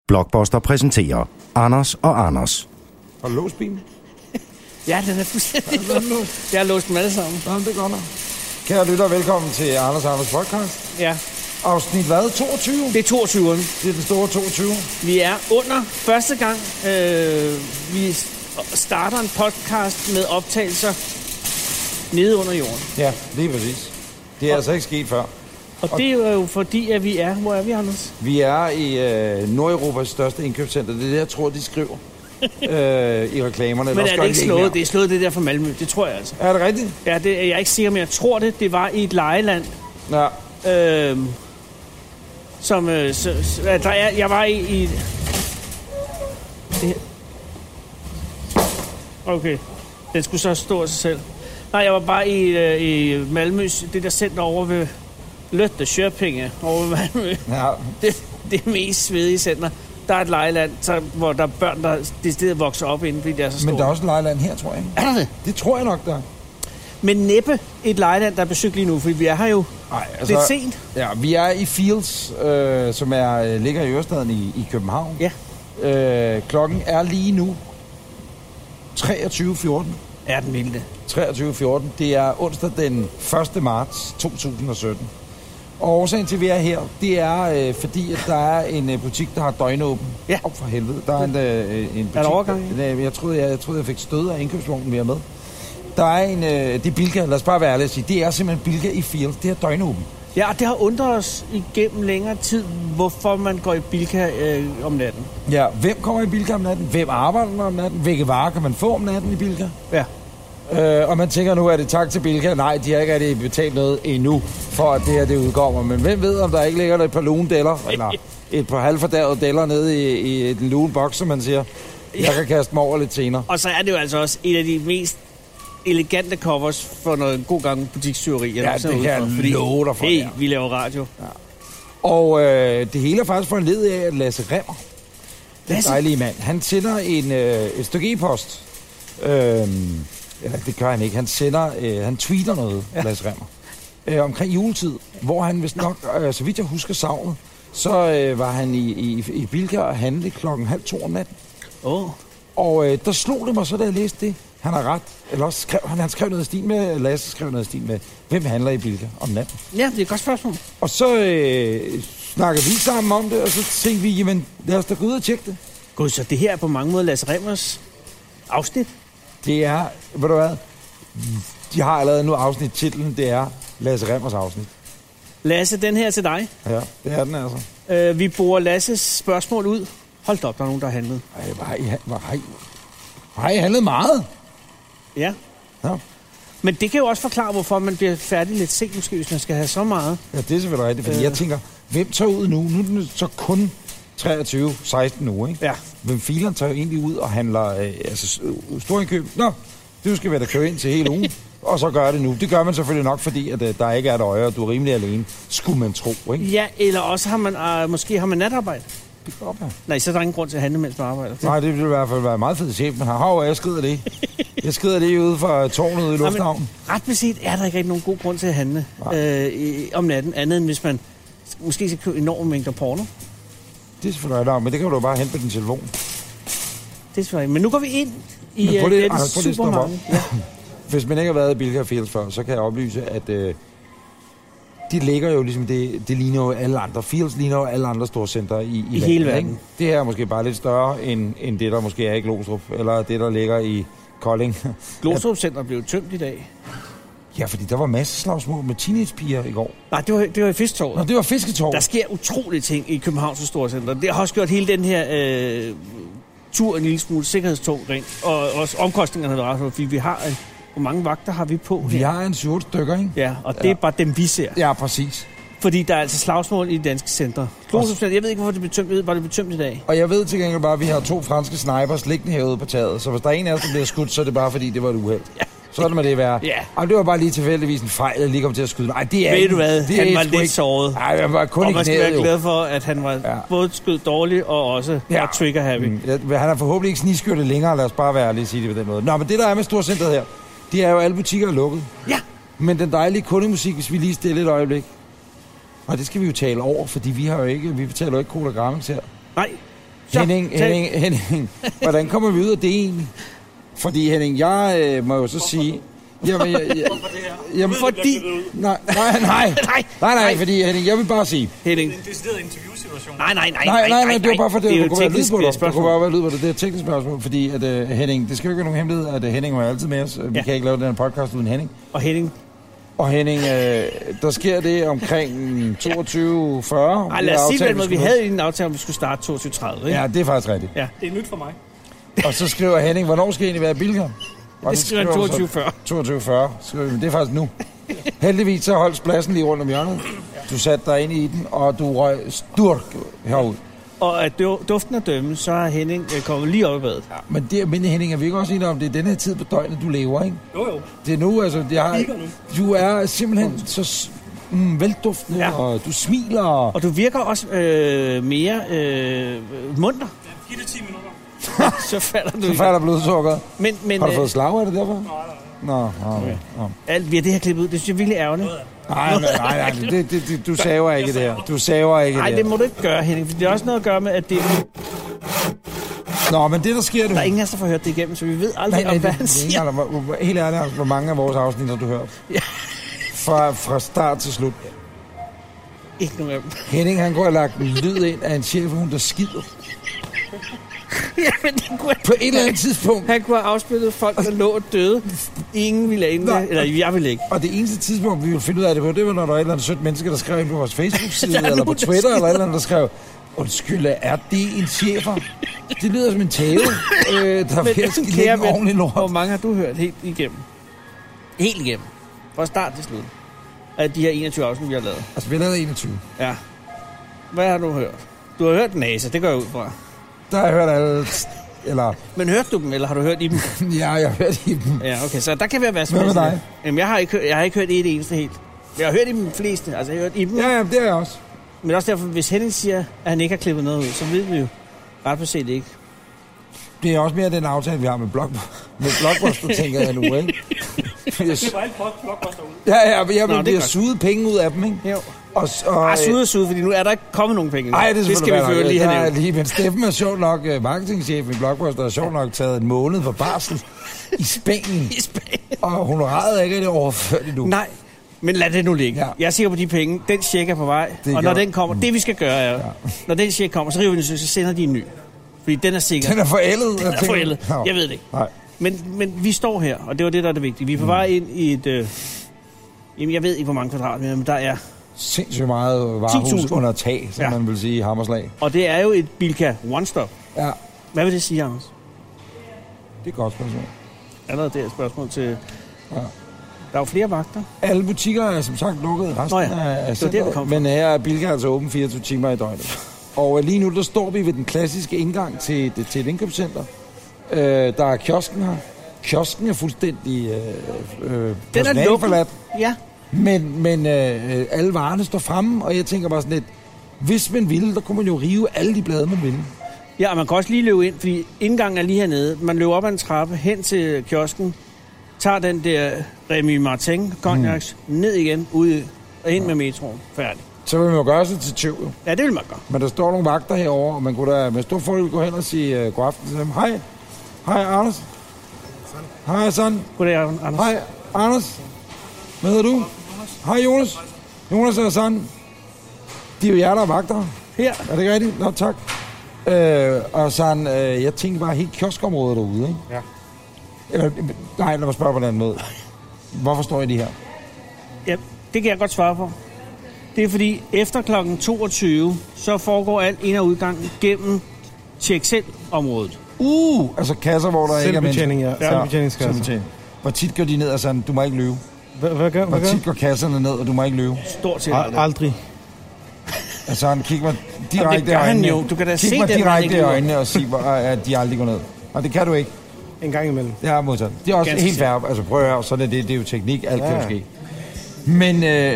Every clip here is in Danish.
Blockbuster præsenterer Anders og Anders. Har du låst bilen? Ja, den er fuldstændig låst. Jeg har låst dem alle sammen. Jamen, det er godt nok. Kære lytter, velkommen til Anders podcast. Ja. Afsnit hvad? 22? Det er 22'eren. Det er den store 22. Vi er under første gang. Vi starter en podcast med optagelser nede under jorden. Ja, lige præcis. Det er altså ikke sket før. Og det er jo fordi, at vi er... Hvor er vi, Anders? Vi er i Nordeuropas største indkøbscenter. Det er det, jeg tror, de skriver i reklamerne. Men er det ikke slået? Det er slået det der fra Malmø. Det tror jeg altså. Er det rigtigt? Ja, det er jeg ikke sikker, men jeg tror det. Det var i et lejeland. Ja. Jeg var i det. Okay. Den skulle så stå af sig selv. Nej, jeg var bare i Malmøs, det der center over ved Løtte Sjørpenge over ved Malmø. Ja. Det mest svedige center. Der er et lejeland, hvor der er børn, der decideret vokser op inden, fordi det er så stort. Men der er også et lejeland her, tror jeg ikke. Er der det? Det tror jeg nok, der er. Men næppe et lejeland, der er besøgt lige nu, fordi vi er her jo lidt sent. Ja, vi er i Fields, som ligger i Ørestaden i København. Ja. Klokken er lige nu 23.14. Er den vilde? 23.14. Det er onsdag den 1. marts 2017. Og årsagen til, at vi er her, det er fordi, at der er en butik, der har døgnåben. Ja. For helvede. Der er en butik. Er der overgang? Jeg troede, jeg fik stød af indkøbsvognen, vi er med. Der er det er Bilka, lad os bare være ærlig at sige. Det er simpelthen Bilka i Fields. Det er døgnåben. Ja, og det har undret os igennem længere tid, hvorfor man går i Bilka om natten. Ja, hvem kommer i Bilka om natten? Hvem arbejder om natten? Hvilke varer kan man få om natten i Bilka? Ja. Og man tænker nu, er det tak til Bilka? Nej, de har ikke rigtig betalt noget endnu, for at det her det udkommer. Men hvem ved, om der ikke ligger et par lunedeller, eller et par halvfordærede deller nede i den luneboks, som man siger. Jeg kan kaste mig over lidt senere. Og så er det jo altså også et af de mest elegante covers for noget god gang butikstyveri. Ja, det kan jeg love dig for. Hey, vi laver radio. Ja. Og det hele er faktisk for en led af at Lasse Remmer. Den dejlige mand. Han sender et stykke e-post. Eller det gør han ikke. Han tweeter noget, ja. Lasse Remmer. Omkring juletid, hvor han vist nok, så vidt jeg husker savnet, så var han i Bilka og handle 1:30 om natten. Og der slog det mig så, da jeg læste det. Han har ret. Eller også han skrev noget i stil med, Lasse skrev noget i stil med, hvem handler i Bilka om natten? Ja, det er et godt spørgsmål. Og så snakkede vi sammen om det, og så tænkte vi, jamen lad os da gå ud og tjekke det. Gud, så det her er på mange måder Lasse Remmers afsnit? Det er, ved du hvad? De har allerede nu afsnit titlen, det er Lasse Remmers afsnit. Lasse, den her er til dig. Ja, det er den altså. Vi bruger Lasses spørgsmål ud. Hold op, der er nogen, der har handlet. Har I handlet meget? Ja. Men det kan jo også forklare, hvorfor man bliver færdig lidt sent, måske, hvis man skal have så meget. Ja, det er selvfølgelig rigtigt, fordi jeg tænker, hvem tager ud nu? Nu er den så kun 23-16 uger, ikke? Ja. Hvem fileren tager jo egentlig ud og handler storindkøb? Nå, du skal være der køre ind til hele ugen, og så gør det nu. Det gør man selvfølgelig nok, fordi at der ikke er et øje, og du er rimelig alene, skulle man tro, ikke? Ja, eller også har man, måske har man natarbejde. Det går op, ja. Nej, så er der ingen grund til at handle, mens man arbejder. Nej, det vil i hvert fald være meget fedt chef, men jeg skrider det. Jeg skrider det ude fra tårnet ude i lufthavnen. Ret beset er der ikke rigtig nogen god grund til at handle om natten, andet end hvis man måske skal købe enorme mængder porno. Det er selvfølgelig rigtigt, men det kan du bare hente på din telefon. Det er selvfølgelig. Men nu går vi ind i det supermarked. Ja. Hvis man ikke har været i Bilka Fields før, så kan jeg oplyse, at de ligger jo ligesom, det ligner jo alle andre. Fields ligner jo alle andre store center i hele verden. Det her er måske bare lidt større, end det, der måske er i Glostrup, eller det, der ligger i Kolding. Glostrup Center blev tømt i dag. Ja, fordi der var masser slagsmål med teenagepiger i går. Nej, det var i Fisketorvet. Nå, det var Fisketorvet. Der sker utrolige ting i Københavns Storcenter. Det har også gjort hele den her tur en lille smule sikkerhedstung rent. Og også omkostningerne er ret, fordi vi har... Hvor mange vagter har vi på? Vi har en 7 stykker, ikke? Ja, og det er bare dem, vi ser. Ja, præcis. Fordi der er altså slagsmål i det danske center. Jeg ved ikke, hvorfor det blev tømt. Var det blev tømt i dag? Og jeg ved til gengæld bare, at vi har 2 franske snipers liggende herude på taget. Så hvis der er en af os, der bliver skudt, så er det bare, fordi det var et uheld. Ja. Sådan må det være. Ja. Og det var bare lige tilfældigvis en fejl, at lige kom til at skyde. Nej, det er ved du hvad? Det han var lidt såret. Nej, jeg var kun og i knæet. Og man skal være glad for, at han var både skød dårligt og også var trigger-happy. Han er forhåbentlig ikke snigskørtet længere, lad os bare være ærlige og sige det på den måde. Nå, men det der er med Storcenteret her, det er jo alle butikker er lukket. Ja. Men den dejlige kundemusik, hvis vi lige stille et øjeblik. Og det skal vi jo tale over, fordi vi betaler jo ikke Cola Grammix her. Nej, Henning, hvordan kommer vi ud af det egentlig? Fordi Henning, jeg må jo så sige... Jamen, fordi... Nej, fordi Henning, jeg vil bare sige... Henning. Det er en decideret interviewsituation. Nej, det var bare for det. Du kunne være lyd på det. Du kunne bare være lyd på det. Det er et teknisk spørgsmål, fordi at Henning... Det skal jo ikke være nogen hemmelighed, at Henning var altid med os. Vi kan ikke lave den her podcast uden Henning. Og Henning, der sker det omkring 22.40. Nej, lad os sige det, vi havde en aftale, om vi skulle starte 22.30. Ikke? Ja, det er faktisk rigtigt. Ja. Det er nyt for mig. Og så skriver Henning, hvornår skal I egentlig være i Bilka? Det skriver 22.40. Det er faktisk nu. Heldigvis så holdt pladsen lige rundt om hjørnet. Du satte dig ind i den, og du røg sturk herud. Og at duften af dømme, så er Henning kommet lige op i badet. Ja, men det er Henning, er vi ikke også enige om, det er den her tid på døgnet, du lever, ikke? Jo. Det er nu, altså, du er simpelthen så velduftende, og du smiler. Og du virker også mere munter. 4-10 minutter. Så falder blodsukkeret. Men, har du fået slag, er det derfor? Nej. Alt, vi har det her klippet ud. Det synes jeg virkelig ærgerligt. Nej, du saver ikke det her. Du saver ikke det her. Nej, det må du ikke gøre, Henning. For det er også noget at gøre med, at det... Nå, men det der sker nu... Der er ingen af os, der får hørt det igennem, så vi ved aldrig, hvad han siger. Helt ærligt, hvor mange af vores afsnit har du hørt? Ja. Fra start til slut. Ikke nogen af dem. Henning, han kunne have lagt en lyd ind af en chefhund, der skider. Jamen, på et eller andet tidspunkt. Han kunne have afspillet folk, der lå døde. Ingen ville ind det, eller jeg ville ikke. Og det eneste tidspunkt, vi ville finde ud af det på, det var, når der var et eller andet sødt menneske, der skrev ind på vores Facebook-side, eller på Twitter, eller et eller andet, der skrev, undskyld, er det en chefer? Det lyder som en tæve, der vil skille en ordentlig lort. Hvor mange har du hørt helt igennem? Helt igennem. Fra start til slut. Af de her 21 afsnit, vi har lavet. Altså, vi har lavet 21. Ja. Hvad har du hørt? Du har hørt NASA, det går jeg ud fra. Der har jeg hørt alle... Eller... Men hørte du dem, eller har du hørt i dem? Ja, jeg har hørt i dem. Ja, okay, så der kan være hvad som helst. Hvad med dig? Jamen, jeg har ikke hørt et eneste helt. Jeg har hørt i dem fleste, altså jeg har hørt i dem. Ja, det har jeg også. Men også derfor, hvis Henning siger, at han ikke har klippet noget ud, så ved vi jo ret på set ikke. Det er også mere den aftale, vi har med Blockbuster, tænker jeg nu, ikke? Det var alt Blockbuster ud. Jeg bliver suget penge ud af dem, ikke? Jo. Suget, fordi nu er der ikke kommet nogen penge. Nej, det skal vi føre lige her. Men Steffen er sjovt nok, marketingchef i Blockbuster, er sjovt nok taget en måned for barsel i Spanien. Og honoraret er ikke overført endnu. Nej, men lad det nu ligge. Ja. Jeg er sikker på de penge. Den check er på vej. Og når den kommer, det vi skal gøre er, når den check kommer, så river vi den, så sender de en ny. Fordi den er sikker. Den er forældet. Jeg ved det ikke. Nej. Men vi står her, og det var det, der er det vigtige. Vi er på vej ind i et... jamen, jeg ved ikke, hvor mange kvadratmeter, men der er... sindssygt meget varehus under tag, som man vil sige i Hammerslag. Og det er jo et Bilka One-Stop. Ja. Hvad vil det sige, Anders? Det er et godt spørgsmål. Allerede det er et spørgsmål til... Ja. Der er jo flere vagter. Alle butikker er som sagt lukket resten af centret, men her er Bilka altså åben 24 timer i døgnet. Og lige nu, der står vi ved den klassiske indgang til et indkøbscenter. Der er kiosken her. Kiosken er fuldstændig personaleforladt. Ja. Men alle varerne står fremme, og jeg tænker bare sådan lidt, hvis man ville, der kunne man jo rive alle de blade, man ville. Ja, og man kan også lige løbe ind, fordi indgangen er lige hernede. Man løber op ad en trappe hen til kiosken, tager den der Remy Martin cognacs ned igen, ud og ind med metroen. Færdig. Så vil man jo gøre sig til tøv. Ja, det vil man gøre. Men der står nogle vagter herovre, og man kunne da med stor fordel gå hen og sige god aften til dem. Hej. Hej, Anders. Hej, Sand. Goddag, Anders. Hej, Anders. Hvad hedder du? Hej, Jonas. Jonas og Sand. De er jo jer, der er vagter. Her. Er det ikke rigtigt? Nå, tak. Og Sand, jeg tænker bare helt kioskområdet derude, ikke? Ja. Eller, nej, lad mig spørge på den anden måde. Hvorfor står I de her? Ja, det kan jeg godt svare på. Det er fordi, efter klokken 22, så foregår alt ind- og udgang gennem tjek-selv-området. Altså kasser, hvor der ikke er mennesker. Selvbetjening, ja. Selvbetjeningskasser. Hvor tit går de ned og sådan, du må ikke løbe? Hvor tit går kasserne ned, og du må ikke løbe? Stort set aldrig. Altså, han kigger mig direkte i øjnene. Jo. Du kan da se dem, direkte i øjnene og sige, at de aldrig går ned. Og det kan du ikke. En gang imellem. Det er modsat. Det er også helt fair. Altså, prøv at høre, sådan er det er jo teknik. Alt kan jo ske. Men,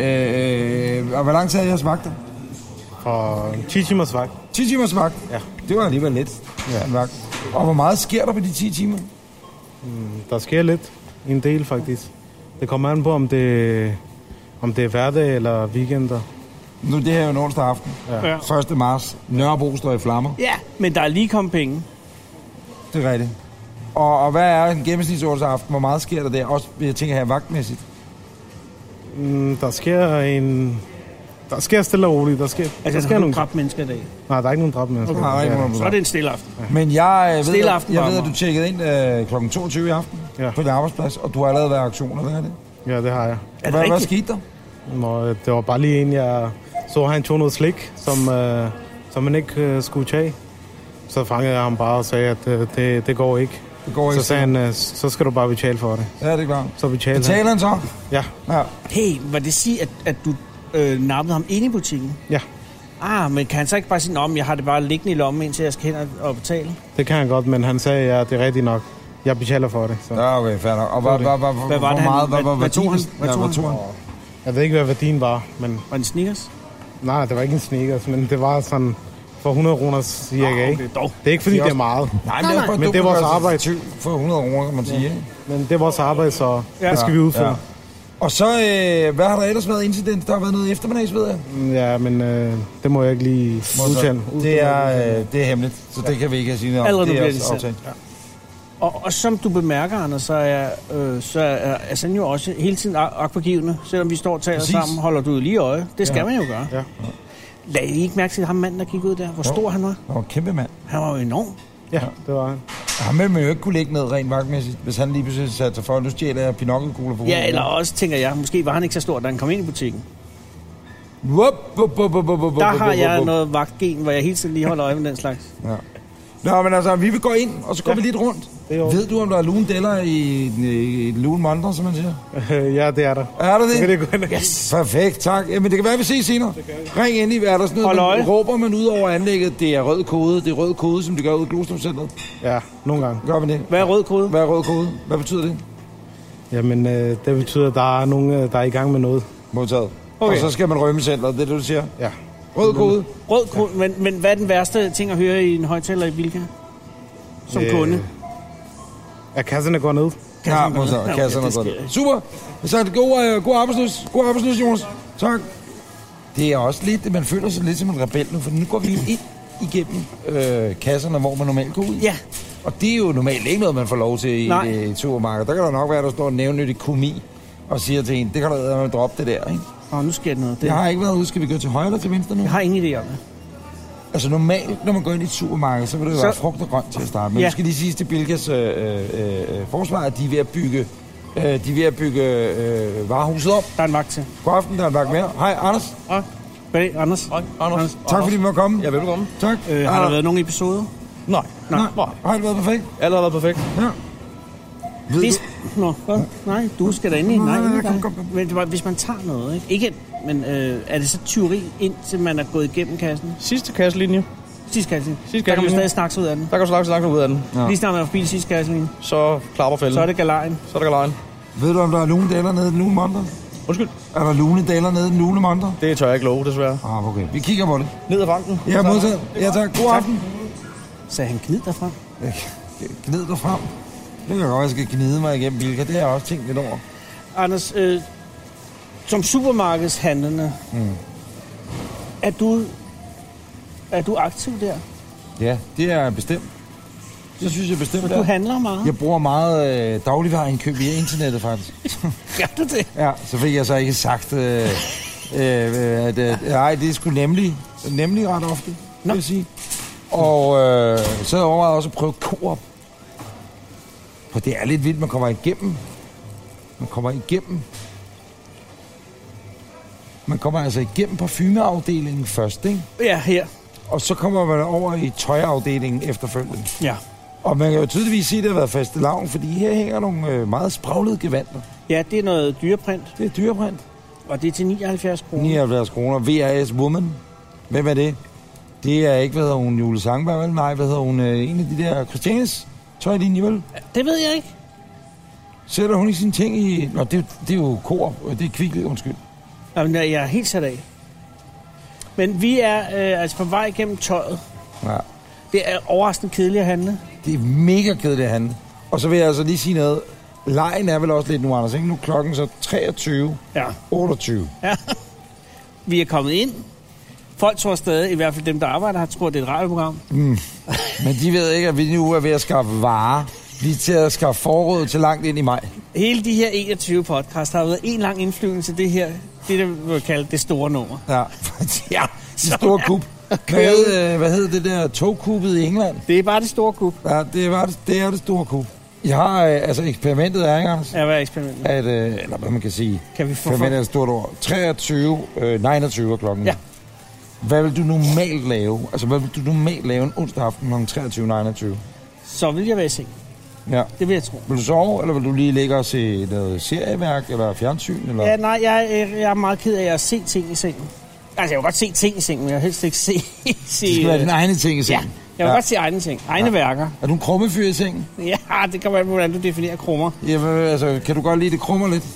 og hvor lang tid er jeres vagter? For 10 timers vagt. 10 timers vagt? Ja. Det var alligevel lidt. Ja. En vagt. Og hvor meget sker der på de 10 timer? Der sker lidt. En del, faktisk. Det kommer an på, om det er hverdag eller weekender. Nu det her er jo en onsdag aften. Ja. 1. marts. Nørrebro står i flammer. Ja, men der er lige kommet penge. Det er rigtigt. Og hvad er en gennemsnitsonsdag aften? Hvor meget sker der der? Også, jeg tænker her, vagtmæssigt. Der sker stille og roligt. Der sker nogle dræbte mennesker i dag. Nej, der er ikke nogen dræbte mennesker. Okay. Nej, Så er det en stille aften. Men jeg ved, aften, at du tjekkede ind kl. 22 i aften på din arbejdsplads, og du har allerede været i aktioner, hvad er det? Ja, det har jeg. Hvad skete der? Det var bare lige en, jeg så han tog noget slik, som man ikke skulle tage. Så fangede jeg ham bare og sagde, at det går ikke. Så sagde han, så skal du bare betale for det. Ja, det er klart. Så betaler han så? Ja. Hey, var det sige, at du nappede ham ind i butikken? Ja. Men kan han så ikke bare sige, at jeg har det bare liggende i lommen, indtil jeg skal hen og betale? Det kan han godt, men han sagde, at det er rigtigt nok. Jeg betaler for det. Så. Ja, okay, fair nok. Og hvad tog han? Jeg ved ikke, hvad værdien var, men... Var det Snickers? Nej, det var ikke en Snickers, men det var sådan for 100 kroner cirka, ikke? Okay, dog. Det er ikke, fordi det er meget. Nej, men det er vores arbejde. For 100 kroner, kan man sige. Men det er vores arbejde, så det skal vi udføre. Ja. Og så, hvad har der ellers været incident? Der har været noget eftermiddags, ved jeg. Ja, men det må jeg ikke lige udtale. Det er hemmeligt, så det kan vi ikke sige noget om. Allerede det er også aftalt. Ja. Og som du bemærker, Anders, så er Assange jo også hele tiden akvagivende. Selvom vi står og taler sammen, holder du lige øje. Det skal man jo gøre. Ja. Lad I ikke mærke til ham manden, der gik ud der? Hvor stor han var? Han var en kæmpe mand. Han var jo enorm. Ja, det var han. Han ville jo ikke kunne ligge ned rent vagtmæssigt, hvis han lige pludselig satte sig for, nu stjæler jeg Pinocchio-kugler på hovedet. Ja, eller også tænker jeg, måske var han ikke så stor, da han kom ind i butikken. Der har jeg noget vagtgen, hvor jeg hele tiden lige holder øje med den slags. Ja. Nå, men altså, vi vil gå ind, og så går vi lidt rundt. Ved du, om der er lune deller i lune monter, som man siger? Ja, det er der. Er der det? Så kan det gå yes. Perfekt, tak. Jamen, det kan være, at vi ses senere. Ring ind i, er der sådan noget, råber man ud over anlægget, det er rød kode. Det er rød kode, som de gør ud i Glostrupcenteret. Ja, nogle gange. Gør man det? Hvad er rød kode? Hvad er rød kode? Hvad betyder det? Jamen, det betyder, at der er nogen, der er i gang med noget. Modtaget. Okay. Og så skal man rømme centret, det er det, du siger? Ja. Rød kode? Rød kode, men hvad er den værste ting at høre i en højtaler i Bilka? Som kunde? Ja, kasserne går ned. Ja, modtaget. Kasserne går ned. Super. Så god arbejdsløs. God arbejdsløs, Jonas. Tak. Det er også lidt, man føler sig lidt som en rebel nu, for nu går vi jo ind igennem kasserne, hvor man normalt går ud. Ja. Og det er jo normalt ikke noget, man får lov til i et supermarked. Der kan der nok være, der står en nævnyttig komi og siger til en, det kan der droppe det der, ikke? Nu sker det noget. Det har ikke været ude. Skal vi gå til højre eller til venstre nu? Jeg har ingen idé om det. Altså normalt, når man går ind i et supermarked, så vil det jo være frugt og grønt til at starte. Men vi skal lige sige til Bilkas forsvar, at de er ved at bygge varehuset op. Der er en vagt til. God aften, der er en vagt mere. Hej, Anders. Hej, Anders. Anders. Tak fordi du måtte komme. Ja, velkommen. Tak. Har der været nogle episoder? Nej. Har det været perfekt? Alt har været perfekt. Ja. Nej, du skal da ind i. Nej, men hvis man tager noget, ikke? Men er det så tyveri, indtil man er gået igennem kassen? Sidste kasselinje. Der kan man stadig snakke ud af den. Der kan man snakke ud af den. Ja. Lige snart man er forbi den sidste kasselinje. Så klapper fælden. Så er det galejen. Ved du, om der er lune daler nede i den lune monter? Undskyld? Er der lune daler nede i den lune monter? Det tør jeg ikke love, desværre. Okay. Vi kigger på det. Ned ad banken. Ja, modtaget. Ja, tak. God aften. Sagde han gnid derfra? Gnid derfra? Det kan godt, jeg skal gnide mig igennem Bilka. Det har jeg også tænkt lidt over. Anders, som supermarkedshandlende, er du aktiv der? Ja, det er bestemt. Det synes jeg bestemt. Du handler meget? Jeg bruger meget dagligvareindkøb via internettet, faktisk. Gør du det? Ja, så fik jeg så ikke sagt, at nej, det er sgu nemlig ret ofte, vil jeg sige. Og så har jeg overvejet også at prøve Coop. For det er lidt vildt, man kommer altså igennem parfumeafdelingen først, ikke? Ja, her. Og så kommer man over i tøjafdelingen efterfølgende. Ja. Og man kan jo tydeligvis sige, at det har været fastelavn, fordi her hænger nogle meget spraglede gevanter. Ja, det er noget dyreprint. Det er dyreprint. Og det er til 79 kroner. 79 kroner. VRS Woman. Hvem er det? Det er ikke, hvad hedder hun, Jule Sangberg, vel? Nej, hvad hedder hun? En af de der Christianes tøjlinje, vel? Det ved jeg ikke. Sætter hun ikke sine ting i... Nå, det er jo Coop. Det er Kvickly, undskyld. Jamen, jeg er helt sat af. Men vi er altså på vej igennem tøjet. Ja. Det er overraskende kedeligt at handle. Det er mega kedeligt at handle. Og så vil jeg altså lige sige noget. Lejen er vel også lidt nu, Anders, ikke? Nu er klokken så 23. Ja. 28. Ja. Vi er kommet ind. Folk tror stadig, i hvert fald dem, der arbejder her, tror, det er et radioprogram. Men de ved ikke, at vi nu er ved at skaffe varer. Vi er til at skaffe forråd til langt ind i maj. Hele de her 21 podcast har været en lang indflydelse til det her, det vi vil kalde det store nummer. Ja, ja, det store kub. Hvad hed det der togkubbet i England? Det er bare det store kub. Ja, det er det store kub. Jeg har, altså eksperimentet er, ikke, Anders? Ja, hvad er eksperimentet? At, eller hvad man kan sige. Kan vi få eksperimentet er et stort ord. 29 er klokken. Ja. Hvad vil du normalt lave? Altså, hvad vil du normalt lave en onsdag aften kl. 23.29? Så vil jeg være i seng. Ja. Det vil jeg tro. Vil du sove, eller vil du lige ligge og se noget serieværk, eller fjernsyn? Eller? Ja, nej, jeg er meget ked af at se ting i sengen. Altså, jeg vil godt se ting i sengen, men jeg vil helst ikke se... Det skal være dine egne ting i sengen. Ja, jeg vil godt se egne ting. Egne værker. Er du en krummefyr i sengen? Ja, det kan være, hvordan du definerer krummer. Jamen, altså, kan du godt lide, det krummer lidt?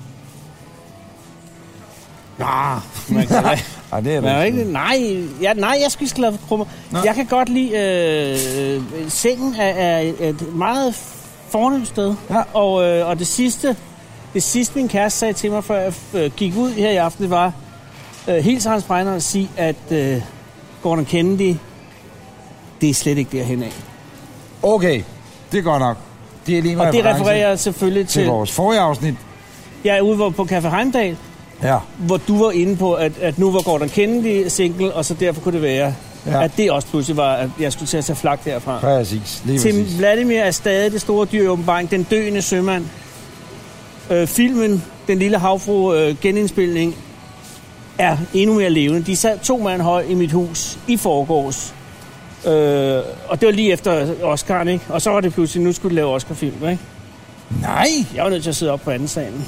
Man kan Ej, det er men ikke. nej, jeg skal ikke lave krummer. Nå. Jeg kan godt lide... sengen er et meget fornemt sted. Ja. Og det sidste min kæreste sagde til mig, før jeg gik ud her i aften, det var... Helt hans brænder at sige, at Gordon Kennedy, det er slet ikke derhen af. Okay, det er godt nok. Det er lige en og det refererer selvfølgelig til vores forrige afsnit. Jeg er ude på Café Heimdal, ja. Hvor du var inde på, at nu var Gordon Kennedy single, og så derfor kunne det være, at det også pludselig var, at jeg skulle til at tage flak derfra. Præcis. Tim Vladimir er stadig det store dyr i åbenbaring, den døende sømand. Filmen, Den lille havfru genindspilning, er endnu mere levende. De sad 2 mand høj i mit hus i forgårs. Og det var lige efter Oscar, ikke? Og så var det pludselig, nu skulle de lave Oscar-film, ikke? Nej! Jeg var nødt til at sidde op på anden salen.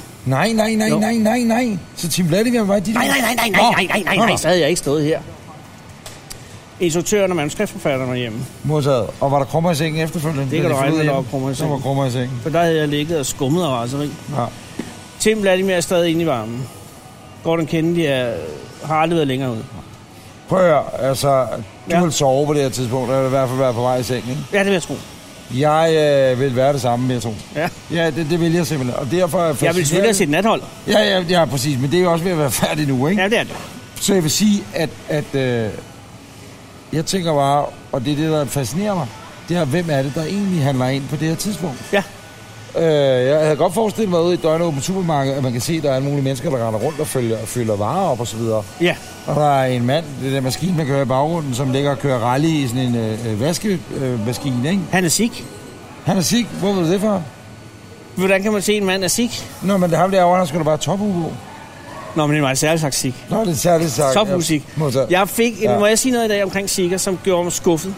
Nej. Så Tim Vladimir var i dit hus? Nej, så havde jeg ikke stået her. Instruktøren og manuskriptforfatteren var hjemme. Modtaget. Og var der krummer i sengen efterfølgende? Det kan du regne med, der var krummer i sengen. Der var krummer i sengen. For der havde jeg ligget og skummet af raseri. Ja. Tim Vladimir er stadig inde i varmen. Gordon Kennedy har aldrig været længere ude. Prøv at høre, altså, du vil sove på det her tidspunkt, og i hvert fald være på vej i sengen, ikke? Ja, det vil jeg tro. Jeg vil være det samme, vil jeg tro. Ja. Ja, det vil jeg simpelthen. Og derfor er jeg vil selvfølgelig have set nathold. Ja, præcis, men det er jo også ved at være færdigt nu, ikke? Ja, det er det. Så jeg vil sige, at jeg tænker bare, og det er det, der fascinerer mig, det er, hvem er det, der egentlig handler ind på det her tidspunkt? Ja. Jeg havde godt forestillet mig ude i et døgnåbent supermarked, at man kan se, at der er alle mulige mennesker, der render rundt og fylder varer op og så videre. Ja. Og der er en mand, det der maskine, man kører i baggrunden, som ligger og kører rally i sådan en vaskemaskine, ikke? Han er sik. Han er sik? Hvor ved du det fra? Hvordan kan man se, en mand er sik? Nå, men det ham derovre, han skulle da bare tophue på. Nå, men det var en særlig slags sik. Nå, det er særlig sagt. Tophue-sik. Jeg fik, må jeg sige noget i dag omkring sikker, som gjorde mig skuffet.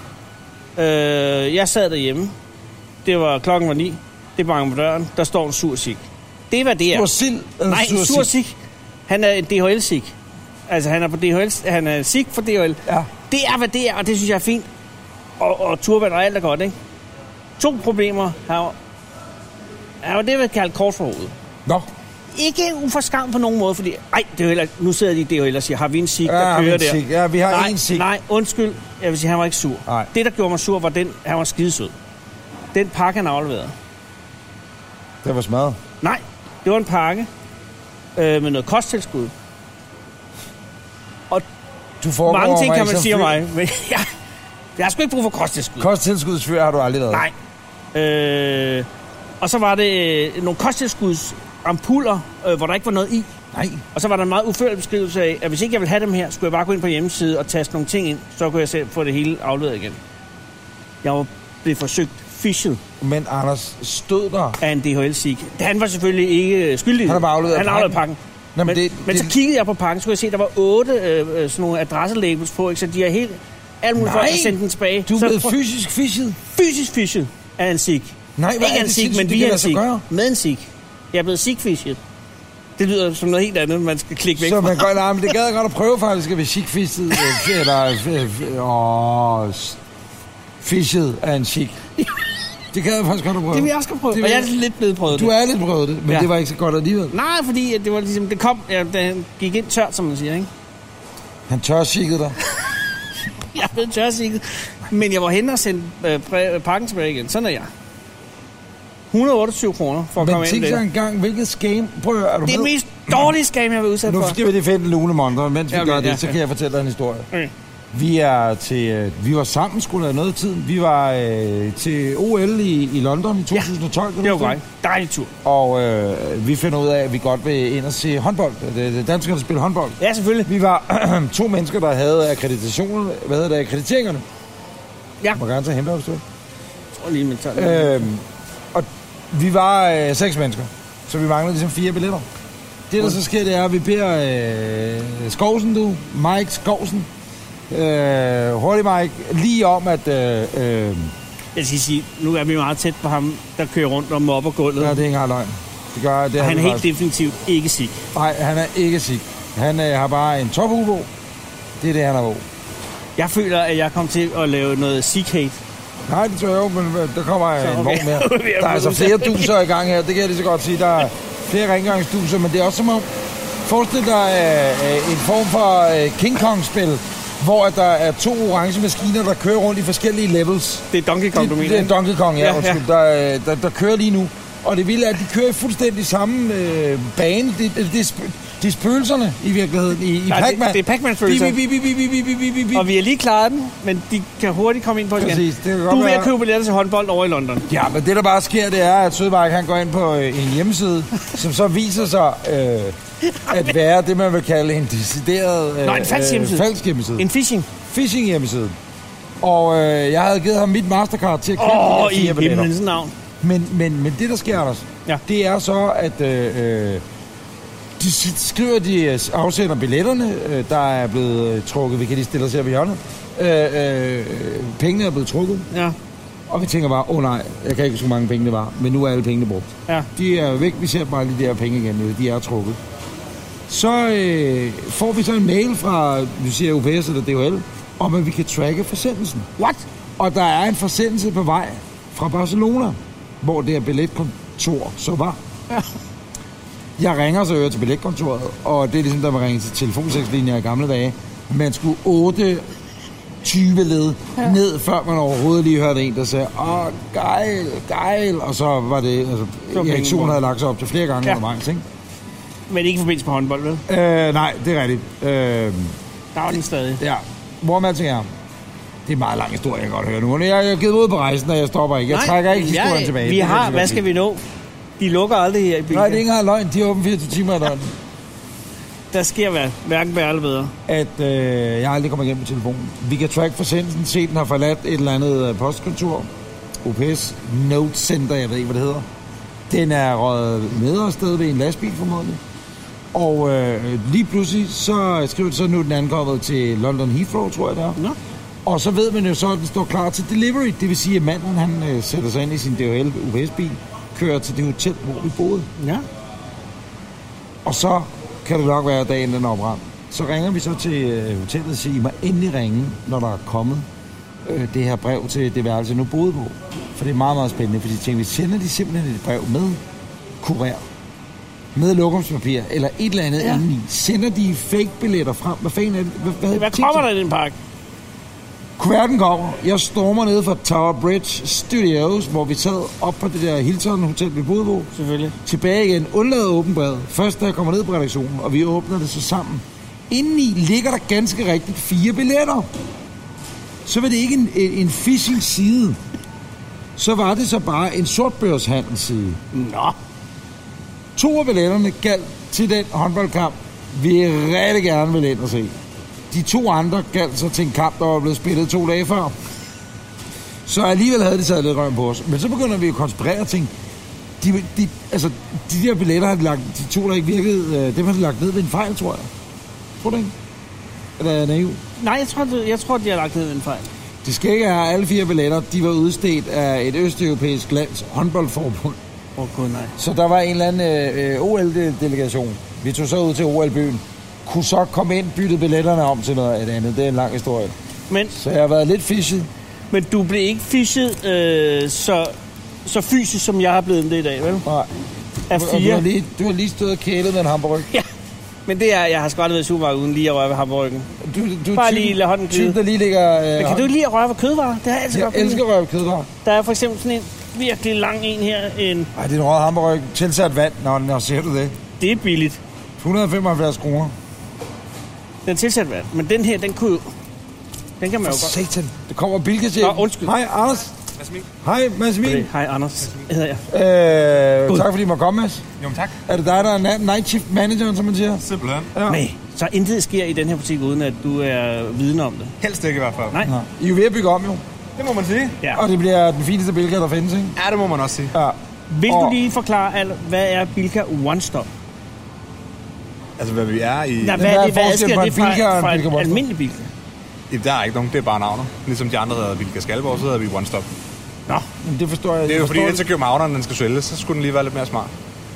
Jeg sad derhjemme. Klokken var 9. Det banker på døren. Der står en sur sik. Det er, hvad det er. Du var sild? Nej, en sur sik. Han er en DHL-sik. Altså, han er på DHL. Han er sik for DHL. Ja. Det er, hvad det er, og det synes jeg er fint. Og turban og alt er godt, ikke? 2 problemer her. Han var det, jeg kalde kort for hovedet. Nå. Ikke uforskam på nogen måde, fordi... Ej, det er heller, nu sidder de i DHL og siger, har vi en sik, der kører der? Sik. Ja, vi har en sik. Nej, undskyld. Jeg vil sige, han var ikke sur. Nej. Det, der gjorde mig sur, var han var skidesød. Den pakke, han afleverede. Det var smadret. Nej, det var en pakke med noget kosttilskud. Og mange ting kan man sige om mig, men jeg har sgu ikke brug for kosttilskud. Kosttilskudsfyr har du aldrig været. Nej. Og så var det nogle kosttilskudsampuller, hvor der ikke var noget i. Nej. Og så var der en meget udførlig beskrivelse af, at hvis ikke jeg ville have dem her, skulle jeg bare gå ind på hjemmeside og taste nogle ting ind, så kunne jeg selv få det hele afleveret igen. Jeg var blevet forsøgt fishet. Men Anders, stod der af en DHL-sik. Han var selvfølgelig ikke skyldig. Han har bare afleveret pakken. Nå, men så kiggede jeg på pakken, så kunne jeg se, at der var 8 sådan nogle adresselabels på, ikke? Så de er helt... Alle mulige folk har sendt den tilbage. Du er blevet fysisk fishet? Fysisk fishet af en sik. Nej, hvad ikke er en sik, men via en sik. Med en sik. Jeg er blevet sikfishet. Det lyder som noget helt andet, man skal klikke væk fra. Så man gør, men det gad jeg godt at prøve faktisk at være sikfishet. Fishet af en sik. Det kan jeg faktisk godt at prøve. Det vil jeg også prøve. Og jeg er lidt blevet prøvet det. Du er lidt prøvet det, men det var ikke så godt alligevel. Nej, fordi det var ligesom, det kom, den gik ind tørt, som man siger, ikke? Han tørsikkede dig. Jeg er blevet tørsikket. Men jeg var henne og sendte pakken tilbage igen. Sådan er jeg. 128 kroner for at komme Men ind tænk i så det. engang, hvilket scam. Prøv at høre, er du Det er med? det mest dårlige scam, jeg har været udsat Nu for. skal vi lige finde Lune Monter, mens vi Ja, okay, gør det, ja, så ja. kan jeg fortælle dig en historie. Okay. Vi var sammen, skulle der noget tid. Vi var til OL i London i 2012. Det var godt. Dejlig tur. Og vi finder ud af, at vi godt vil ind og se håndbold. Danskerne spiller håndbold. Ja, selvfølgelig. Vi var 2 mennesker, der havde akkrediteringerne. Ja. Må gerne tage hente, hvis du vil. Jeg tror lige, man tager det. Og vi var 6 mennesker, så vi manglede ligesom 4 billetter. Det, der så sker, det er, at vi beder Skovsen, Mike Skovsen, hurtigt Mike, lige om, at... Jeg skal sige, nu er vi meget tæt på ham, der kører rundt og mobber gulvet. det er ikke engang løgn. Det gør, det Og han er vi helt definitivt ikke syg. Nej, han er ikke syg. Han har bare en tophue. Det er det, han har på. Jeg føler, at jeg kom til at lave noget sick-hate. Nej, det tror jeg jo, men der kommer Så, en okay. vogn mere. Der er altså flere duser i gang her, det kan jeg lige så godt sige. Der er flere rengøringsduser, men det er også som om... Forestil dig en form for King Kong-spil, hvor der er 2 orange maskiner, der kører rundt i forskellige levels. Det er Donkey Kong, du mener? Det er Donkey Kong, ja. Ja, Undskyld, der kører lige nu. Og det vilde er, at de kører i fuldstændig samme bane. Det er spøgelserne i virkeligheden i Nej, Pac-Man. det er Pac-Man-følelser. Bi. Og vi er lige klaret den, men de kan hurtigt komme ind på det igen. Præcis, det kan godt Du er ved være. at købe billetter til håndbold over i London. Ja, men det der bare sker, det er, at Sødmark han går ind på en hjemmeside, som så viser sig at være det, man vil kalde en decideret... En falsk hjemmeside. Falsk hjemmeside. En phishing. Phishing hjemmeside. Og jeg havde givet ham mit Mastercard til at købe de her 4 i billetter. himlens navn. Men det, der sker, Anders, Ja. det er så, at de skriver, de afsender billetterne, der er blevet trukket. Vi kan lige stille os her på hjørnet. Pengene er blevet trukket. Ja. Og vi tænker bare, nej, jeg kan ikke så mange penge, det var. Men nu er alle pengene brugt. Ja. De er væk, vi ser bare lige de her penge igen. De er trukket. Så får vi så en mail fra, vi siger UPS eller DHL, om at vi kan tracke forsendelsen. What? Og der er en forsendelse på vej fra Barcelona, hvor det her billetkontor så var. Ja. Jeg ringer så til billetkontoret, og det er ligesom, da man ringer til telefonsekslinjer i gamle dage. Man skulle 20 led ned, før man overhovedet lige hørte en, der sagde, gejl, og så var det, altså, reaktionen havde lagt sig op til flere gange undervejs, ikke? Men ikke i forbindelse med håndbold, vel? Nej, det er rigtigt. Der var den stadig. Ja, hvor man tænker, det er en meget lang historie, jeg kan godt høre nu. Jeg har givet ud på rejsen, og jeg stopper ikke. Jeg trækker ikke historien tilbage. Vi har, hvad skal vi nå? De lukker aldrig her i byen. Nej, det er ikke engang løgn. De er åbent 24 timer i døgnet. Der sker hverken værre eller bedre. At jeg aldrig kommer igennem på telefonen. Vi kan track forsendelsen, se den har forladt et eller andet postkontor. OPS Note Center, jeg ved ikke, hvad det hedder. Den er røget med afsted ved en lastbil formodentlig. Og lige pludselig, så skriver det så, nu den ankommet til London Heathrow, tror jeg det er. Nå. Og så ved man jo så, at den står klar til delivery. Det vil sige, at manden han sætter sig ind i sin DHL UPS-bil, kører til det hotel, hvor vi boede. Ja. Og så kan det nok være, at dagen den er oprandt. Så ringer vi så til hotellet og siger, I må endelig ringe, når der er kommet det her brev til det værelse, jeg nu boede på. For det er meget, meget spændende, fordi de tænker, vi sender de simpelthen et brev med kurér, med lokumspapir, eller et eller andet indeni. Sender de fake-billetter frem? Hvad fanden er det? Hvad kommer der i den pakke? Kuverten kommer. Jeg stormer ned fra Tower Bridge Studios, hvor vi sad op på det der Hilton Hotel, vi boede på. Selvfølgelig. Tilbage igen. Undlad at åbne brevet. Først da jeg kommer ned på redaktionen, og vi åbner det så sammen. Indeni ligger der ganske rigtigt 4 billetter. Så var det ikke en phishing-side. Så var det så bare en sortbørshandelsside. Nå. 2 af billetterne galt til den håndboldkamp, vi rigtig gerne vil ind og se. De 2 andre galt så til en kamp, der var blevet spillet 2 dage før. Så alligevel havde de taget lidt røven på os. Men så begynder vi at konspirere og tænke, de der billetter har de lagt, de 2, der ikke virkede, dem har de lagt ned ved en fejl, tror jeg. Tror du ikke? Eller er jeg naiv? Nej, jeg tror, de har lagt ned ved en fejl. Det skal ikke have alle 4 billetter. De var udstedt af et østeuropæisk lands håndboldforbund. Gud, nej. Så der var en eller anden OL-delegation. Vi tog så ud til OL-byen. Kunne så komme ind, bytte billetterne om til noget andet. Det er en lang historie. Så jeg har været lidt fishet. Men du blev ikke fishet så fysisk, som jeg har blevet det i dag, vel? Nej. Af 4. Du har lige stået og kælet med en hamburg. Ja, men det er, jeg har sgu aldrig været i supermarkedet uden lige at røre ved hamburgen. Du bare lige lade hånden glide. Der lige ligger... Men kan du ikke lide at røre ved kødvarer? Det har jeg altid godt. Jeg elsker at røre ved kødvarer. Der er for eksempel sådan en virkelig lang en her. Ej, det er en rød hamburg. Tilsat vand, når ser du det. Det er billigt. 175 kroner. Den er tilsat vand. Men den her, den kunne jo... Den kan man jo godt... Satan. Det kommer Bilka-chefen. Nå, undskyld. Hej, Anders. Hej, Mads Emil. Hej, Anders. Hedder jeg. Tak fordi I må komme, Mads. Jo, tak. Er det dig, der er night shift manager, som man siger? Simpelthen. Ja. Nej, så intet sker i den her butik, uden at du er viden om det. Helst ikke i hvert fald. Nej. I er jo ved at bygge om, jo. Det må man sige. Ja. Og det bliver den fineste Bilka, der findes, ikke? Ja, det må man også sige. Ja. Vil du lige forklare, hvad er Bilka One Stop? Altså, hvad vi er i... Nej, hvad er hvad forskellen adskiller på det en Bilka og en fra Bilka en One Stop? almindelig Bilka? Der er ikke nogen, det er bare navnet. Ligesom de andre hedder Bilka Skalborg, så hedder vi One Stop. Nå, Men det forstår jeg. Det er jo fordi, Forstår indtil københavneren, den skal sælges, så skulle den lige være lidt mere smart.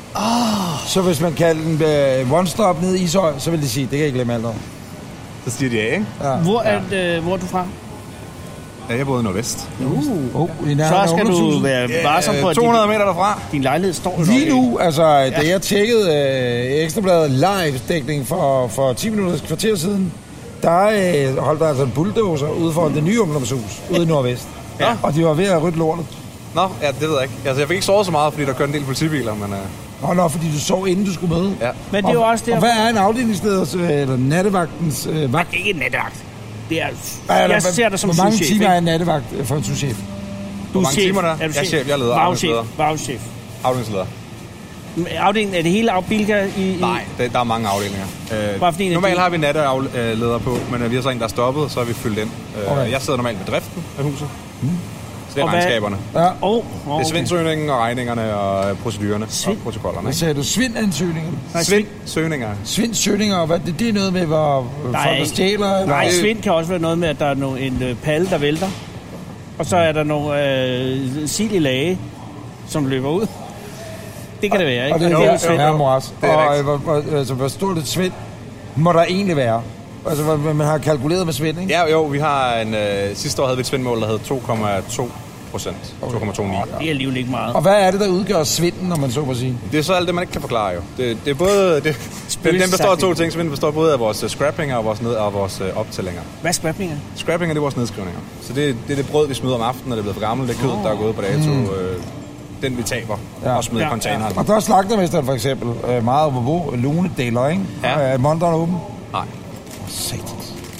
Så hvis man kalder den One Stop nede i Ishøj, så vil de sige, det kan jeg ikke glemme alt om. Så siger de ja, ikke? Ja. hvor er du fra? Ja, jeg boede i Nordvest. Så skal du være varsom på, at 200 meter derfra. din lejlighed står jo Lige nok, nu, altså, da jeg tjekkede Ekstrabladet live-dækning for 10 minutter kvarter siden, der holdt der altså en bulldozer ude foran det nye ungdomshus, ude i Nordvest. Ja. Og de var ved at rydde lortet. Nå, ja, det ved jeg ikke. Altså, jeg fik ikke sovet så meget, fordi der kørte en del politibiler, men... Nå, fordi du sov inden du skulle møde. Ja. Men det er jo også Og der... hvad er en afdelingsleders, eller nattevagtens vagt? Ikke en nattevagt. Det er... Jeg Jeg ser dig som Hvor mange souschef, timer ikke? er en nattevagt for en souschef? Du er mange chef. timer der? Er du Jeg er chef, jeg er leder, afdelingsleder. Varvchef. Afdelingsleder. Afdelingen, er det hele Bilka i... Nej, der er mange afdelinger. Bare fordi en af Normalt de- har vi natteleder på, men vi har så en, der er stoppet, så har vi fyldt ind. Okay. Jeg sidder normalt med driften af huset. Så det er Og hvad- regnskaberne. Ja. Det er svindsøgningen og regningerne og procedurerne Svind? og protokollerne. Hvad Ikke? sagde du? Svindansøgninger? Svindsøgninger. Svindsøgninger, og hvad det er noget med, hvor folk der stjæler? Eller? Nej, svind kan også være noget med, at der er en palle, der vælter. Og så er der nogle sild i lage, som løber ud. Det kan det være, ikke? Og det er er jo svind. jo moras. Det er Og rigtigt. altså, hvor stort et svind må der egentlig være? Altså, hvad man har kalkuleret med svind, ikke? Ja, jo, vi har en... sidste år havde vi et svindmål, der hed 2,2%. 2,29. Det er alligevel ikke meget. Og hvad er det, der udgør svinden, når man så må sige? Det er så alt det, man ikke kan forklare jo. Det er både... Den består af to ting. Svinden består både af vores scrappinger og vores optællinger. Hvad er scrapninger? Scrappinger, det er vores nedskrivninger. Så det er det brød, vi smider om aftenen, når det er blevet for gammelt. Det er kød, der er gået på dato. Den vi taber og smider i containeren. Og der er slagtermesteren for eksempel meget over Lone deler, ikke? Ja. Er monteren åben? Nej. Satans.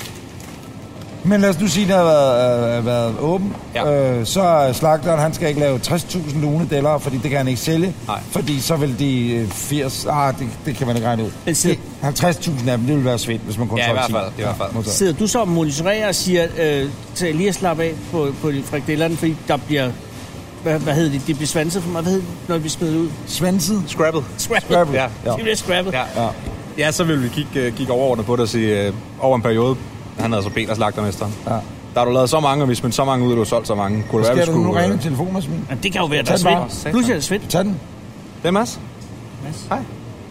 Men lad os nu sige, at der har været åben. Ja. Så er slagteren, han skal ikke lave 60.000 lunedeller, fordi det kan han ikke sælge. Nej. Fordi så vil de 80... det kan man ikke regne ud. Men sidder, 50.000 af dem, det vil være svind, hvis man kun Ja, i solgte hvert fald. 10. I hvert fald. Modtaget. sidder du så og monitorerer og siger, til lige at slappe af på de frikadellerne, fordi der bliver... Hvad hedder det? De bliver svanset for mig. Hvad hedder det, når de bliver smidt ud? Svanset? Scrappet. Scrappet. Ja. De bliver scrappet. Ja. Ja. Ja, så vil vi kigge overordnet på det og sige, over en periode, han havde så Peter slagtermesteren. Ja. Der har du lavet så mange, og vi smidt så mange ud, og du har solgt så mange. Kunne det være, Skal vi du nu skulle... ringe telefonen og smide? Men det kan jo være, der er Tag den bare. svind. Pludselig er det svind. Tag den. Det er Mads. Hej.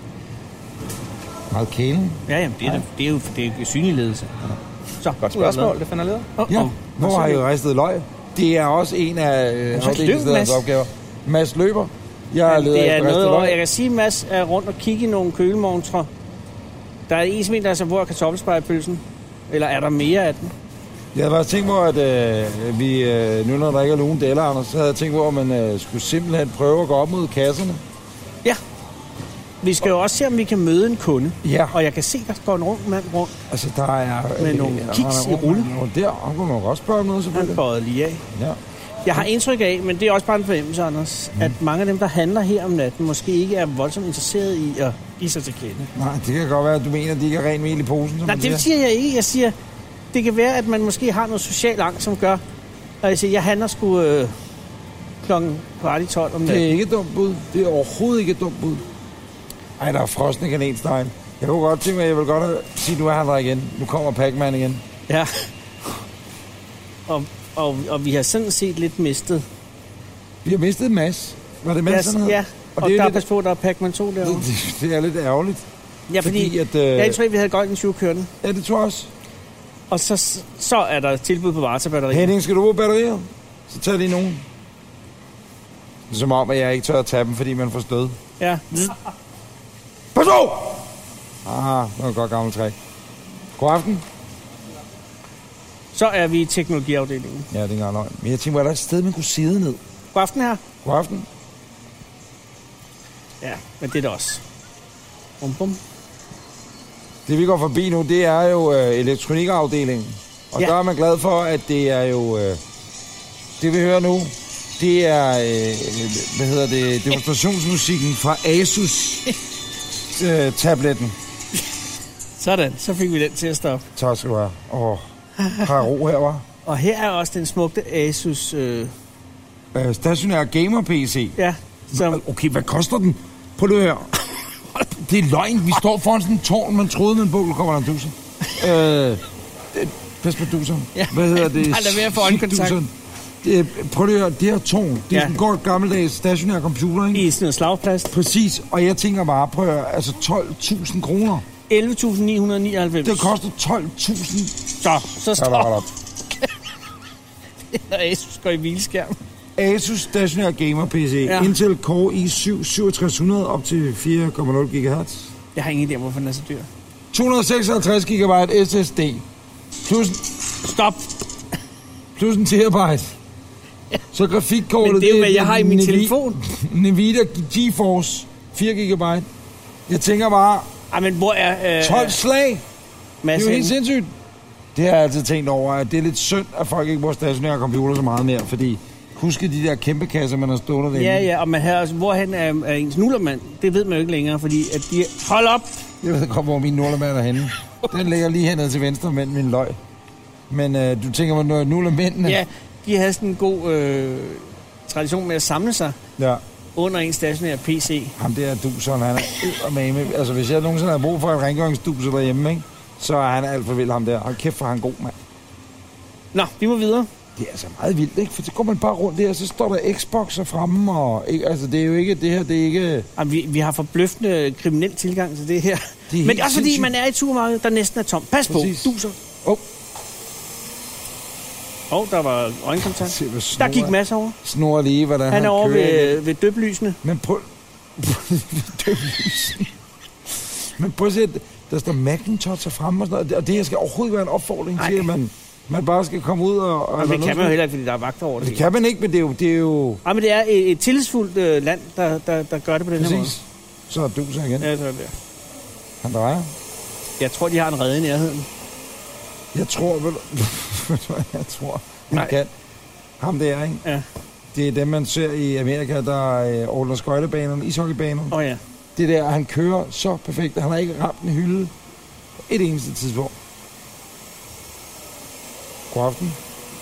Meget kælen. Ja, jamen, det er jo synlig ledelse. Så, Godt spørgsmål, det finder leder. Ja. Hvor har I ristet løg? Det er også en af så løb, Mads. afdelingslederens opgaver. Mads løber. Jeg Men leder det er efter ristet noget over. løg. Jeg kan sige, at Mads er rundt og kigge i nogle kølemontre. Der er en som der er så hvor kartoffelspejepølsen. Eller er der mere af den? Jeg havde faktisk tænkt på, at vi, nu når der ikke er nogen deller, Anders, så havde jeg tænkt på, at man skulle simpelthen prøve at gå op mod kasserne. Ja. Vi skal jo også se, om vi kan møde en kunde. Ja. Og jeg kan se, der går en ung mand rundt. Altså, der er... Med nogle kiks i rulle. Og der og kunne man også spørge om noget, Han selvfølgelig. bøjet lige af. Ja. Jeg har indtryk af, men det er også bare en fornemmelse, Anders, at mange af dem, der handler her om natten, måske ikke er voldsomt interesseret i at give sig til kende. Nej, det kan godt være, at du mener, at de ikke har rent mel i posen, som Nej, man det siger jeg ikke. Jeg siger, det kan være, at man måske har noget social angst, som gør, at jeg siger, jeg handler sgu klokken 11:15 om Det er natten. ikke et dumt bud. Det er overhovedet ikke et dumt bud. Ej, der er frosne kanelstegen. Jeg kunne godt tænke mig, at jeg vil godt sige, nu er han der igen. Nu kommer Pac-Man igen. Ja. Og vi har sådan set lidt mistet. Vi har mistet en masse. Var det masse? Ja, og det er der er lidt- pas på, der er Pac-Man 2 derovre. Det er lidt ærgerligt. Ja, fordi at, jeg indtryk, at vi havde Golden Shoe kørende. Ja, det tror jeg også. Og så er der tilbud på Varta-batterier. Henning, skal du bruge batterier? Så tag lige nogen. Det er som om, at jeg ikke tør at tage dem, fordi man får stød. Ja. Pas på! Aha, det var et godt gammelt træk. God aften. Så er vi i teknologiafdelingen. Ja, det er ikke engang løgn. Men jeg tænkte, var der et sted, man kunne sidde ned? God aften her. God aften. Ja, men det er det også. Bum, bum. Det vi går forbi nu, det er jo elektronikafdelingen. Og der er man glad for, at det er jo... det vi hører nu, det er... demonstrationsmusikken fra Asus-tabletten. Sådan, så fik vi den til at stoppe. Tak skal du have. Har ro her, var. Og her er også den smugte Asus... stationær gamer-PC. Ja, som... Okay, hvad koster den? Prøv det her. Det er løgn. Vi står foran sådan en tårn, man troede med en bog, kommer der en duser. Pas på duseren. Ja. Hvad hedder det? Ej, lad være for øjenkontakt. Prøv lige at høre, det her tårn, det er sådan en godt gammeldags stationær computer, ikke? I sådan noget slagplast. Præcis, og jeg tænker bare, prøv at høre, altså 12.000 kroner. 11.999. Det koster 12.000. Så stop. Når Asus går i hvileskærm. Asus stationær gamer PC. Ja. Intel Core i7 6700 op til 4,0 GHz. Jeg har ingen idé om, hvorfor den er så dyr. 256 GB SSD. Stop. Plus en terabyte. Ja. Så grafikkortet... Men det er jo, hvad jeg har i min telefon. Nvidia GeForce 4 GB. Jeg tænker bare... men hvor er... 12 slag! Mads, det er jo helt sindssygt. Det har jeg altid tænkt over, at det er lidt synd, at folk ikke bruger stationære computer så meget mere, fordi... Husk de der kæmpe kasser, man har stået derinde. Ja, og man har, altså, hvorhen er ens nullermand? Det ved man jo ikke længere, fordi at de... Hold op! Jeg ved godt, hvor min nullermand er henne. Den ligger lige hernede til venstre mellem min løg. Men du tænker, hvor nullermændene... Ja, de havde sådan en god tradition med at samle sig under en stationær PC. Ham der duseren, han er eddermame. Altså, hvis jeg nogensinde har brug for en rengøringsduser derhjemme, ikke, så er han alt for vild, ham der. Og kæft, for han god, mand. Nå, vi må videre. Det er altså meget vildt, ikke? For så går man bare rundt der, og så står der Xbox'er fremme, og... Altså, det er jo ikke... Det her, det er ikke... Jamen, vi har forbløffende kriminel tilgang til det her. Det men også fordi, man er i et supermarked, der næsten er tom. Pas på, duser. Der var øjenkontakt. Der gik masser over. Snor lige, hvordan han er over ved døblysene. Men prøv... døblysene. Men prøv at se, der står Macintosh fremme og sådan noget. Og det her skal overhovedet være en opfordring til, at man bare skal komme ud og... Jamen, det kan man jo heller ikke, fordi der er vagter over det. Det kan man ikke, men det er jo... Ja, men det er et tillidsfuldt land, der gør det på den her måde. Præcis. Så er duser igen. Ja, så er det. Han drejer. Jeg tror, de har en redde i nærheden. Jeg tror, han kan. Ham der, ikke? Ja. Det er dem, man ser i Amerika, der ordner skøjtebanerne, ishockeybanerne. Ja. Det der, han kører så perfekt. Han har ikke ramt en hylde et eneste tidspunkt. God aften.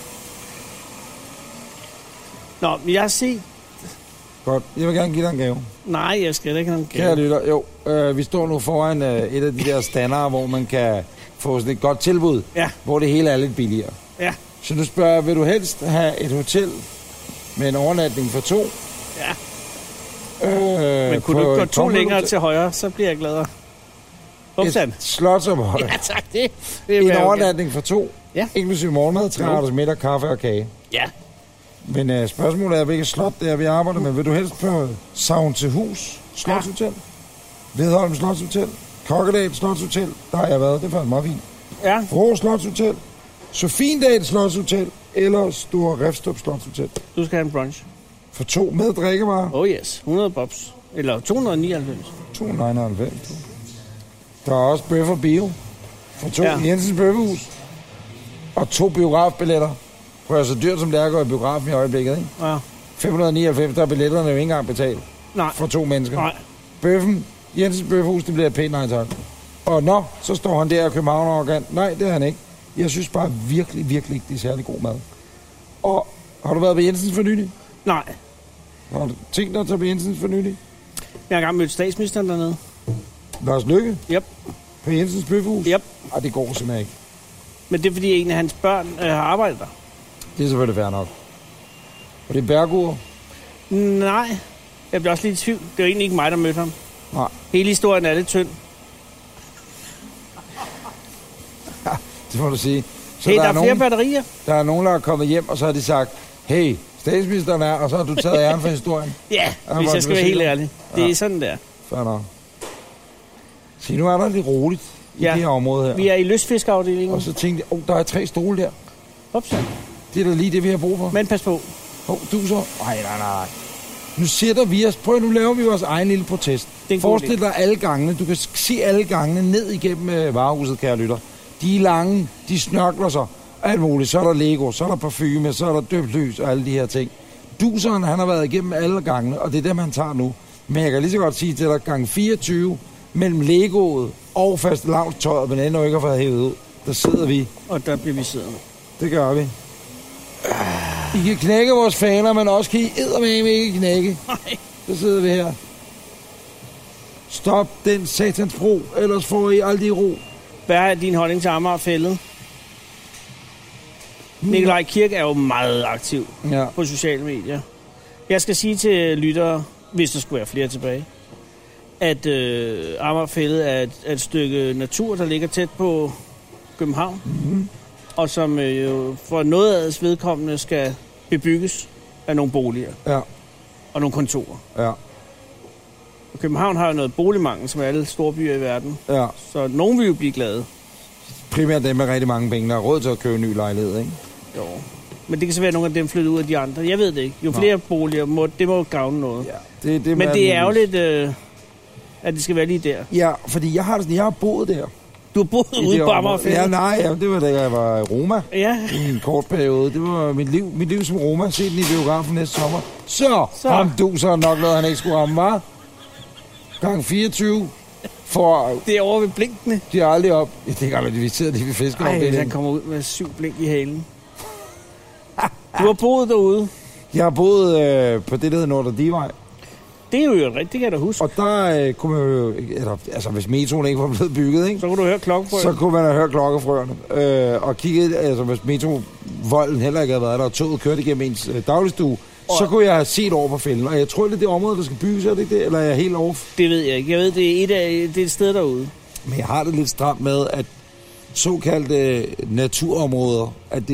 Nå, jeg har set... Godt. Jeg vil gerne give dig en gave. Nej, jeg skal ikke have en gave. Kære lytter, vi står nu foran et af de der standere, hvor man kan få sådan et godt tilbud, hvor det hele er lidt billigere. Ja. Så du spørger, vil du helst have et hotel med en overnatning for 2? Ja. Men kunne du ikke gå 2 længere til højre, så bliver jeg gladere. Et slotsophold. Ja, tak. Det en overnatning for 2. Ja. Inklusive morgenmad, 3 retters middag, kaffe og kage. Ja. Men spørgsmålet er, hvilket slot det er, vi arbejder med. Vil du helst på Savn til Hus Slotshotel? Vedholm Slotshotel? Kokkedal Slotshotel? Der har jeg været, det er faktisk meget fint. Ja. Vrå Slotshotel? Sofiendal Slotshotel? Eller Store Refstrup Slotshotel? Du skal have en brunch. For 2 med drikkevarer? Oh yes, 100 bobs. Eller 299. 299. Der er også bøf og bio. For 2 Jensens Bøffehus. Og 2 biografbilletter. Prøv så dyrt som det er at gå i biografen i øjeblikket, ikke? Ja. 599, der er billetterne jo ikke engang betalt. Nej. For 2 mennesker. Nej. Bøffen, Jensens Bøffehus, det bliver pænt nej tak. Og så står han der og København arrogant. Nej, det er han ikke. Jeg synes bare virkelig, virkelig ikke, det er særlig god mad. Og har du været på Jensens for nylig? Nej. Har du tænkt dig at tage på Jensens for nylig? Jeg har engang mødt statsministeren dernede. Lars Løkke? Yep. På Jensens Bøffehus? Yep. Ej, det går simpelthen ikke. Men det er fordi en af hans børn har arbejdet der. Det er selvfølgelig fair nok. Og det er Bergur? Nej. Jeg bliver også lidt i tvivl. Det er jo egentlig ikke mig, der mødte ham. Nej. Hele historien er lidt tynd. Ja, det må du sige. Så der er flere batterier. Der er nogen, der er kommet hjem, og så har de sagt, hey, statsministeren er, og så har du taget æren for historien. Ja, hvis jeg skal være helt ærlig. Det er sådan der. Fair nok. Se, nu er der lidt roligt i det her område her. Vi er i lystfiskeafdelingen. Og så tænkte jeg, der er 3 stole der. Hopsa. Det er da lige det, vi har brug for. Men pas på. Du så... Nej. Nu sætter vi os... Prøv, nu laver vi vores egen lille protest. Forestil dig alle gangene. Du kan se alle gangene ned igennem varehuset, kære lytter. De er lange, de snørkler sig. Alt muligt. Så er der Lego, så er der parfume, så er der døbt lys og alle de her ting. Duseren, han har været igennem alle gangene, og det er dem, han tager nu. Men jeg kan lige så godt sige til dig, gang 24 mellem Legoet og fastelavnstøjet, men endnu ikke har fået hævet ud. Der sidder vi. Og der bliver vi siddende. Det gør vi. I kan knække vores faner, men også kan I eddermame ikke knække. Nej. Så sidder vi her. Stop den satans bro, ellers får I aldrig ro. Hvad er din holdning til Amagerfældet? Nikolaj Kirk er jo meget aktiv på sociale medier. Jeg skal sige til lyttere, hvis der skulle være flere tilbage, at Amagerfældet er et stykke natur, der ligger tæt på København, og som jo for noget af vedkommende skal bebygges af nogle boliger og nogle kontorer. Ja. Og København har jo noget boligmangel, som alle store byer i verden. Ja. Så nogen vil jo blive glade. Primært dem med rigtig mange penge, der har råd til at købe en ny lejlighed, ikke? Jo. Men det kan så være, at nogle af dem flytter ud af de andre. Jeg ved det ikke. Jo flere boliger, det må gavne noget. Ja, det men det er jo lidt, at det skal være lige der. Ja, fordi jeg har boet der. Du har boet ude på Amagerfældet? Ja, nej, det var da jeg var i Roma. Ja. I en kort periode. Det var mit liv som Roma. Se den i biografen næste sommer. Så. Ham du så nok noget, han ikke skulle ramme, var. Gang 24. Det er over ved blinkene. De er aldrig op. Ja, det kan være, vi sidder lige ved fiskeafdelingen. Ej, han kommer ud med 7 blink i halen. Du har boet derude? Jeg har boet på det, der hedder Norderdivej. Det er jo rigtigt, det kan jeg da huske. Og der kunne man jo... Altså, hvis metroen ikke var blevet bygget, ikke? Så kunne du høre klokkefrøerne. Så kunne man have hørt klokkefrøerne. Og kigget... Altså, hvis metrovolden heller ikke havde været der, og toget kørte igennem ens dagligstue, så kunne jeg have set over på fælden. Og jeg tror, det er det område, der skal bygges, er det ikke det? Eller er jeg helt off? Det ved jeg ikke. Jeg ved, det er et sted derude. Men jeg har det lidt stramt med, at såkaldte naturområder, at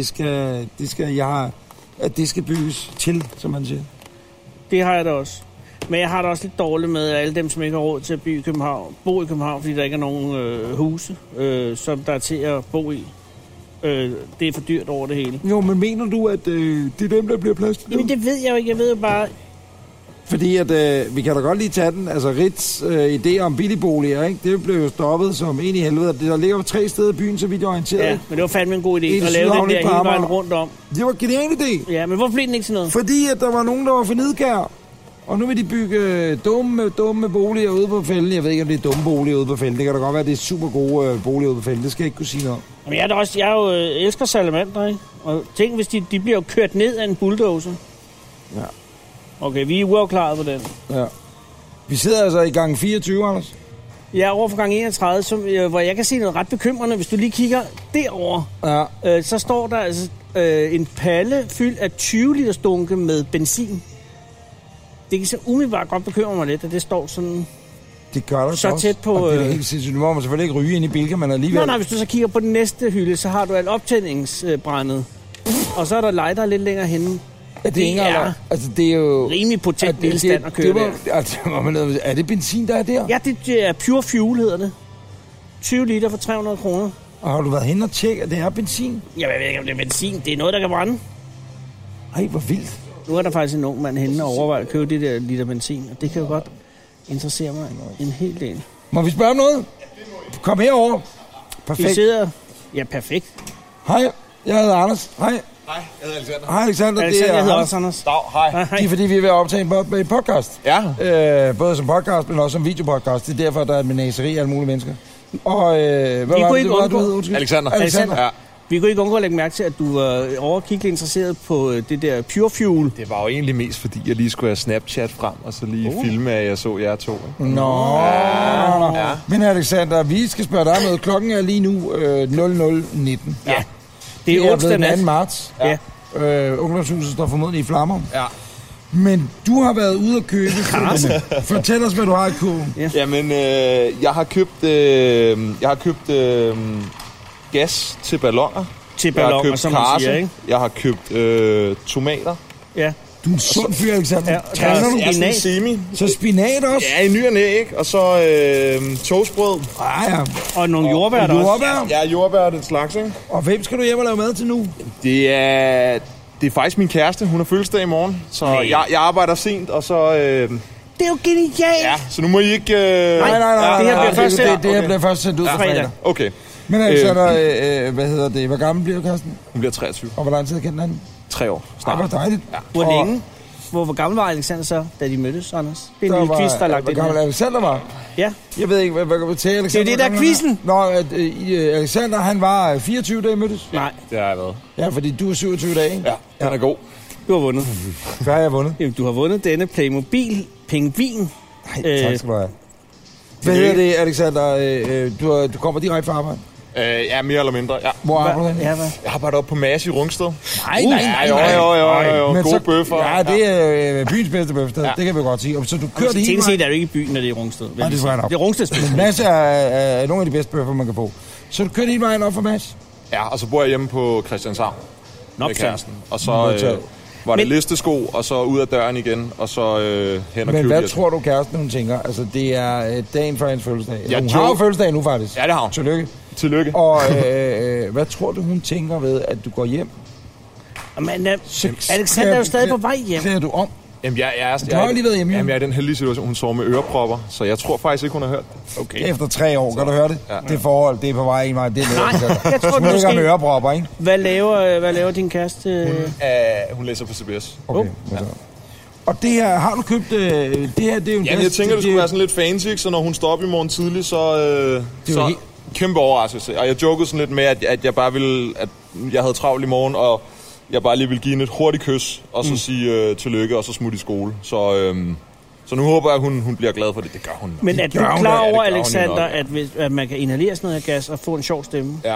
det skal bygges til, som man siger. Det har jeg da også. Men jeg har det også lidt dårligt med alle dem, som ikke har råd til at bo i København, fordi der ikke er nogen huse, som der er til at bo i. Det er for dyrt over det hele. Jo, men mener du, at det er dem, der bliver plads til? Jamen, det ved jeg jo ikke. Jeg ved jo bare... Fordi at vi kan da godt lige tage den. Altså, Ritz idé om billigboliger, ikke? Det blev jo stoppet som en i helvede. Der ligger jo 3 steder i byen, så vidt jeg orienteret. Ja, men det var fandme en god idé at lave den der hele vejen rundt om. Det var en genial idé. Ja, men hvorfor blev den ikke til noget? Fordi at der var nogen, der var for nidkær. Og nu vil de bygge dumme boliger ude på fælden. Jeg ved ikke, om det er dumme boliger ude på fælden. Det kan da godt være, at det er super gode boliger ude på fælden. Det skal jeg ikke kunne sige noget. Men jeg elsker salamander, ikke? Og tænk, hvis de bliver kørt ned af en bulldozer. Ja. Okay, vi er uafklaret på den. Ja. Vi sidder altså i gang 24, Anders. Ja, over for gang 31, hvor jeg kan se noget ret bekymrende. Hvis du lige kigger derover, så står der altså en palle fyldt af 20 liters dunke med benzin. Det kan så umiddelbart godt bekymre mig lidt, at det står sådan... Det gør der så også. Tæt på... Og det er helt sindssygt. Nu må man selvfølgelig ikke ryge ind i Bilka, men alligevel... Nej, hvis du så kigger på den næste hylde, så har du alt optændingsbrændet. Og så er der lighter lidt længere henne. Det er altså, det er jo... rimelig potent lille stand at køre der. Er det benzin, der er der? Ja, det er Pure Fuel, hedder det. 20 liter for 300 kroner. Og har du været hen og tjekke, at det er benzin? Jeg ved ikke, om det er benzin. Det er noget, der kan brænde. Ej, hvor vildt. Nu er der faktisk en ung mand henne og overvejer at købe det der liter benzin. Og det kan jo godt interessere mig en hel del. Må vi spørge om noget? Kom herover. Perfekt. Vi sidder... Ja, perfekt. Hej, jeg hedder Anders. Hej. Hej, jeg hedder Alexander. Hej, Alexander. Jeg hedder også Anders. Hej. Det er fordi, vi er ved at optage en podcast. Ja. Både som podcast, men også som videopodcast. Det er derfor, der er et menageri af alle mulige mennesker. Og hvad var det, du hed? Alexander. Ja. Vi kunne ikke undgå at lægge mærke til, at du var overkiggeligt interesseret på det der Pure Fuel. Det var jo egentlig mest, fordi jeg lige skulle have Snapchat frem, og så lige filme, at jeg så jer to. Ikke? Nå. Ja. Men Alexander, vi skal spørge dig noget. Klokken er lige nu 00:19. Ja. Det er onsdag nat. 2. marts. Ja. Ungdomshuset står formodentlig i flammer. Ja. Men du har været ude at købe. Fortæl os, hvad du har i kurven. Ja. Jamen, jeg har købt gas til balloner. Jeg har købt som man siger, ikke? Jeg har købt tomater. Ja. Du er en sund fyr, Alexander. Ja, træner du? Spinat. Semi. Så spinat også? Ja, i ny og næ, ikke? Og så toastbrød. Ja. Og nogle jordbær også. Jordbær? Ja, jordbær og den slags, ikke? Og hvem skal du hjem og lave mad til nu? Det er Det er faktisk min kæreste. Hun har fødselsdag i morgen. Så jeg arbejder sent, og så... Det er jo genialt! Ja, så nu må I ikke... Nej, det her bliver først sendt. Det her bliver først sendt ud på fredag. Okay. Men Alexander, hvad hedder det? Hvor gammel bliver du, Karsten? Hun bliver 23. Og hvor lang tid kender den? 3 år. Snart. Det var dejligt. Ja. Hvor længe? Hvor gammel var Alexander så, da de mødtes, Anders? Det er en lille quiz, der er lagt ind. Hvor gammel Alexander var? Ja. Jeg ved ikke, hvad kan vi tage Alexander? Det er det, der er quizzen. Nå, Alexander, han var 24 dage mødtes. Nej. Det har jeg været. Ja, fordi du er 27 dage, ikke? Ja, den er god. Du har vundet. Hvad har jeg vundet? Jamen, du har vundet denne Playmobil Pingvin. Tak skal du have. Hvad hedder det, Alexander? Du kommer direkte fra arbejde? Ja, mere eller mindre, ja. Hvor arbejder du? Ja, hvad? Jeg arbejder oppe på Mads i Rungsted. Nej. Jo. Men Gode så, bøffer. Ja, det er byens bedste bøfsted. Det kan vi godt sige. Så du kører det hele Tænk set er du ikke i byen, når det er Rungsted. Nej, det er det er Rungsteds bøffer. Men Mads er nogle af de bedste bøffer, man kan få. Så du kører hele vejen op for Mads? Ja, og så bor jeg hjemme på Christianshavn med kæresten. Og så var det listesko, og så ud af døren igen, og så hen og Men hvad tror du, kæresten, hun tænker? Altså, det er dagen før hendes fødselsdag. Hun har jo fødselsdag nu, faktisk. Ja, det har hun. Tillykke. Og hvad tror du, hun tænker ved, at du går hjem? Men Alexander er jo stadig på vej hjem. Klæder du om? Jamen, jeg har lige været hjemme. Jamen, jeg er i den heldige situation, hun sover med ørepropper, så jeg tror faktisk ikke, hun har hørt det. Okay. Efter 3 år, kan du høre det? Ja. Det forhold, det er på vej i mig. Det er nej, jeg tror, du måske... med ørepropper, ikke? Hvad laver din kæreste? Hun læser på CBS. Okay. Ja. Og det her, har du købt... det her, det er jo en jeg tænker, det skulle være sådan lidt fancy, så når hun står op i morgen tidlig, så kæmpe overraskelse. Og jeg jokede sådan lidt med, at jeg bare ville... At jeg havde travlt i morgen, og jeg bare lige ville give hende et hurtigt kys, og så sige tillykke, og så smutte i skole. Så nu håber jeg, at hun bliver glad for det. Det gør hun. Men er du klar over, Alexander, at man kan inhalere sådan noget gas og få en sjov stemme? Ja.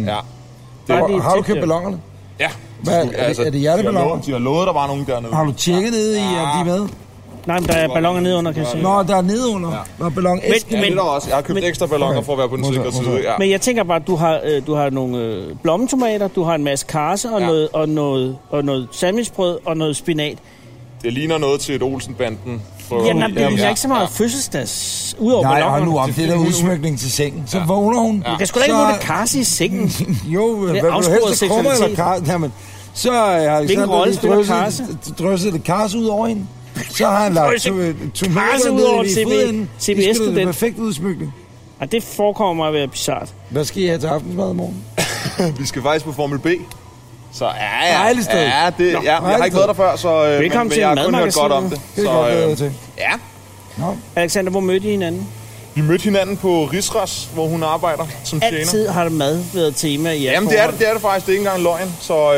Har du købt ballonerne? Ja. Er det hjerteballoner? De har lovet, der var nogen dernede. Har du tjekket ned i, at de er med? Nej, men der er balloner nedenunder, kan jeg sige. Nå, der er nedenunder. Der er ballonæsken. Men jeg har købt ekstra balloner for at være på den sikre side. Ja. Men jeg tænker bare, at du har nogle blommetomater, du har en masse karse og noget sandwichbrød og noget spinat. Det ligner noget til et Olsen-banden. Jamen, det er ikke så meget fødselsdags udover ballonerne. Nej, hold nu op. Det er der udsmykning til sengen. Så vågner hun. Det skal sgu da ikke karse i sengen. Jo, hvad vil du helst? Krummer eller karse? Jamen, så har Alexander drysset det karse ud over hende. Så har han lagt tomater ned i fodenden. Det skal da perfekt udsmykning. Ja, det forekommer mig at være bizarrt. Hvad skal I have til aftensmad i morgen? Vi skal faktisk på Formel B. Så dejligt sted. Jeg har ikke været der før, så velkommen til jeg har kun hørt godt om det. Det er godt til. Ja. Nå. Alexander, hvor mødte I hinanden? Vi mødte hinanden på Rigsras, hvor hun arbejder som tjener. Altid har det mad været tema i jeres Jamen det er det faktisk. Det er ikke engang løgn.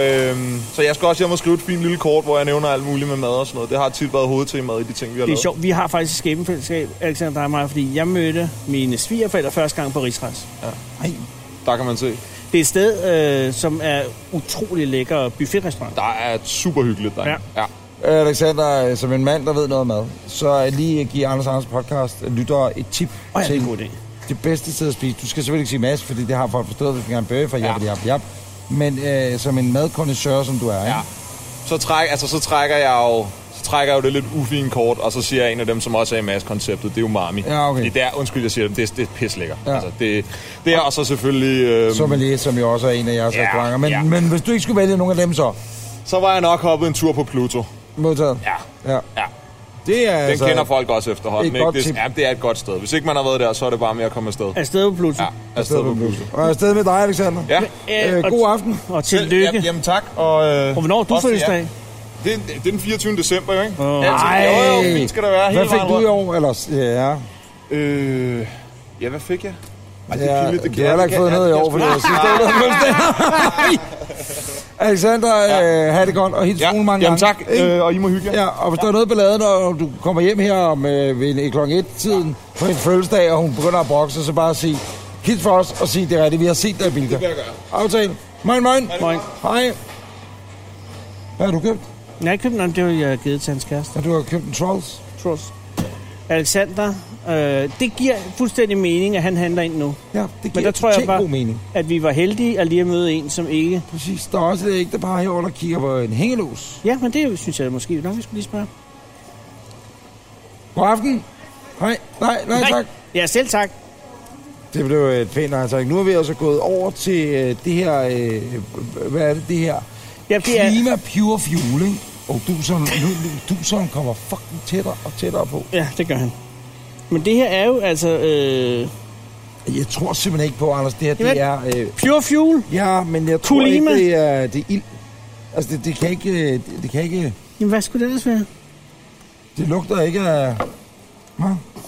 Så jeg skal også hjem og skrive et fint lille kort, hvor jeg nævner alt muligt med mad og sådan noget. Det har tit været hovedtemaet i de ting, vi har lavet. Det er sjovt. Vi har faktisk et skæbnefællesskab, Alexander, dig og mig, fordi jeg mødte mine svigerforældre første gang på Rigsras. Ja. Ej. Der kan man se. Det er et sted, som er utrolig lækker buffetrestaurant. Der er super hyggeligt der. Ja. Alexander, som en mand, der ved noget om mad, så lige give Anders podcast lytter et tip til det bedste sted at spise. Du skal selvfølgelig ikke sige masse, fordi det har folk forstået, hvis vi gerne bøge for jap. Men som en madkondensør, som du er, ikke? Ja. Så trækker jeg jo det lidt ufine kort, og så siger jeg en af dem, som også er i masse-konceptet, det er umami. Ja, okay. Fordi det er, undskyld, jeg siger det er pislækker. Ja. Altså, det er og så selvfølgelig... Sommelier, som jo også er en af jeres restauranter. Men hvis du ikke skulle vælge nogen af dem, så var jeg nok hoppet en tur på Pluto. Modtaget. Ja. Det er den kender folk også efterhånden. Det er et godt sted. Hvis ikke man har været der, så er det bare med at komme afsted. Afsted på Pluto. Ja, afsted på Pluto. Og afsted med dig, Alexander. Ja. God aften. Og tillykke. Jamen tak. Og hvornår du fødselsdag? Det er den 24. december, jo, ikke? Nej. Jo, fint skal det være. Hvad fik du i år? Ellers? Ja, hvad fik jeg? Det har heller ikke fået noget i år, fordi det var sidste år. Alexander, have det godt, og hils fruen mange gange. Jamen tak, og I må hygge jer. Ja, og hvis der er noget ballade, når du kommer hjem her om ved klokken 1-tiden på en fødselsdag, og hun begynder at brokse, så bare sig hils for os og sig det er rigtigt. Vi har set dig i Bilka. Det vil jeg gøre. Aftale. Moin. Hej. Hvad har du købt? Jeg har ikke købt noget, det har jeg givet til hans kæreste. Ja, du har købt en Trolls. Alexander, det giver fuldstændig mening, at han handler ind nu. Ja, det giver men der tror jeg bare, god mening. At vi var heldige at lige møde en, som ikke... Præcis, der er også et ægtepar herovre, der kigger på en hængelås. Ja, men det synes jeg måske nok, vi skulle lige spørge. God aften. Hej. Nej, tak. Ja, selv tak. Det blev et pænt nej tak. Nu er vi altså gået over til det her... hvad er det her? Ja, det er... Klima Pure Fuel, ikke? Og du kommer fucking tættere og tættere på. Ja, det gør han. Men det her er jo altså... Jeg tror simpelthen ikke på, Anders, det her, det er... Pure Fuel? Ja, men jeg tror ikke, det er ild. Altså, det kan ikke... Det kan ikke... Jamen, hvad skulle det ellers være? Det lugter ikke af... Hvad?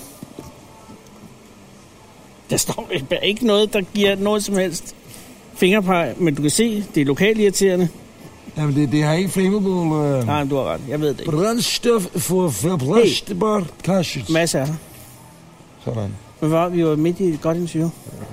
Der står ikke noget, der giver noget som helst fingerpeg, men du kan se, det er lokalt irriterende. Jamen, det har ikke flammable... Nej, du har ret. Jeg ved det ikke. Brændstof for forplastbar kasset. Masser af. Sådan. Men vi var midt i et godt interview.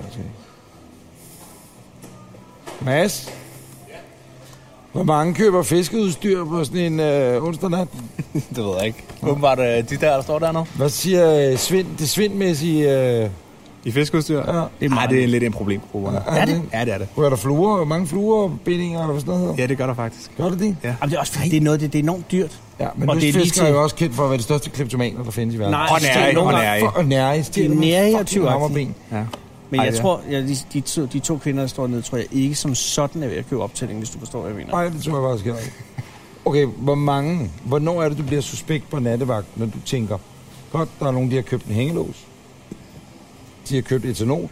Mads? Hvor mange køber fiskeudstyr på sådan en onsdag nat? Det ved jeg ikke. Åbenbart de der står der nu. Hvad siger Svend, det svindmæssige... I fiskeudstyr? Ja. Det er lidt en problem på grupperne. Er det? Ja, det er det. Hvor er der fluer? Mange fluerbindinger, eller hvad sådan noget hedder? Ja, det gør der faktisk. Gør det det? Ja. Jamen, det er også fordi, det er enormt dyrt. Ja, men og lystfiskere er jo også kendt for at være de største kleptomaner, der findes i verden. Nej, og nærig. Det er nærig og tyvagtige. Ja. Men jeg tror, de to kvinder, der står nede, tror jeg ikke som sådan er ved at købe optælling, hvis du forstår, hvad jeg mener. Nej, det tror jeg faktisk ikke. Okay, hvornår er det, du bliver suspekt på nattevagt, når du tænker, godt, der er nogen, der har købt en hængelås. De har købt etanol.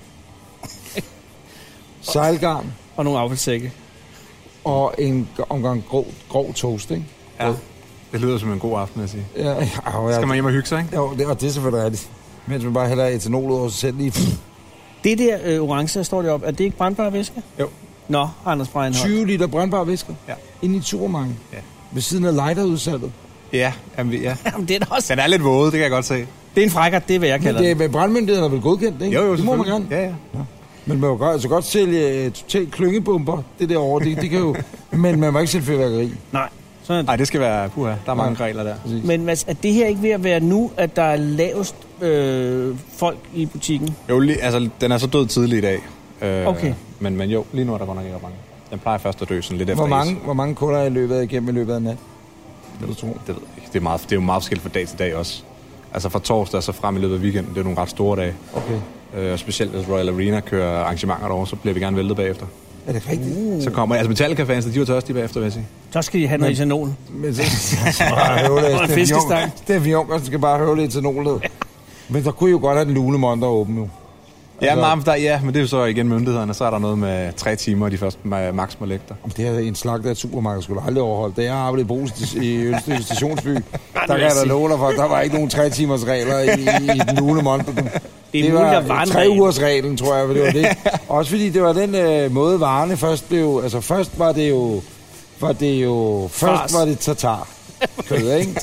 Sejlgarn. Og nogle affaldssække. Og en omgang grov toast, ikke? Ja, det lyder som en god aften, at sige. Ja. Skal man hjem og hygge sig, ikke? Jo, og det er selvfølgelig rigtigt. Mens man bare hælder etanol over sig selv lige. Det der orange, der står deroppe, er det ikke brandbare væske? Jo. Nå, Anders Breinholt. 20 liter brandbare væske? Ja. Inde i et supermarked? Ja. Ved siden af lighterudsalget? Ja, jamen, ja. Jamen, det er da også... Den er lidt våde, det kan jeg godt se. Det er en frækker, det er, hvad jeg kalder det. Men brandmyndigheden er vel godkendt, ikke? Jo, det må man gerne. Ja. Men man må godt sælge totalt klyngebomber, det derovre, det kan jo... Men man må ikke sælge fyrværkeri. Nej. Nej, det skal være puha. Der er mange regler der. Præcis. Men Mads, er det her ikke ved at være nu, at der er lavest folk i butikken? Jo, altså, den er så død tidlig i dag. Okay. Men jo, lige nu er der godt nok ikke mange. Den plejer først at dø sådan lidt efter Hvor mange kunder er i løbet af nat? Det ved jeg ikke. Det er jo meget forskelligt fra dag til dag også. Altså fra torsdag og så frem i løbet af weekenden, det er nogle ret store dage. Okay. Og specielt hvis Royal Arena kører arrangementer derovre, så bliver vi gerne væltet bagefter. Er det rigtigt? Så kommer Metallica-fans, de var tørstige bagefter, vil jeg sige. Så skal de have noget etanol. Men så bare høvle. En fiskestang. Steffen Junker skal bare høvle etanolet. Men der kunne jo godt have den lunemonter åben nu. Ja, men det er jo så igen myndighederne. Så er der noget med 3 timer, de første maks må lægge der. Det er en slagt af et supermarked, skulle aldrig overholde. Da jeg arbejdede i Brugs i Ølstykke Stationsby, der kan jeg da love dig for, der var ikke nogen 3 timers regler i den lunemonter. Det var 3 ugers reglen, tror jeg, det var det. Også fordi det var den måde varerne først blev... Altså først var det jo... Først var det tatar. Kød, ikke?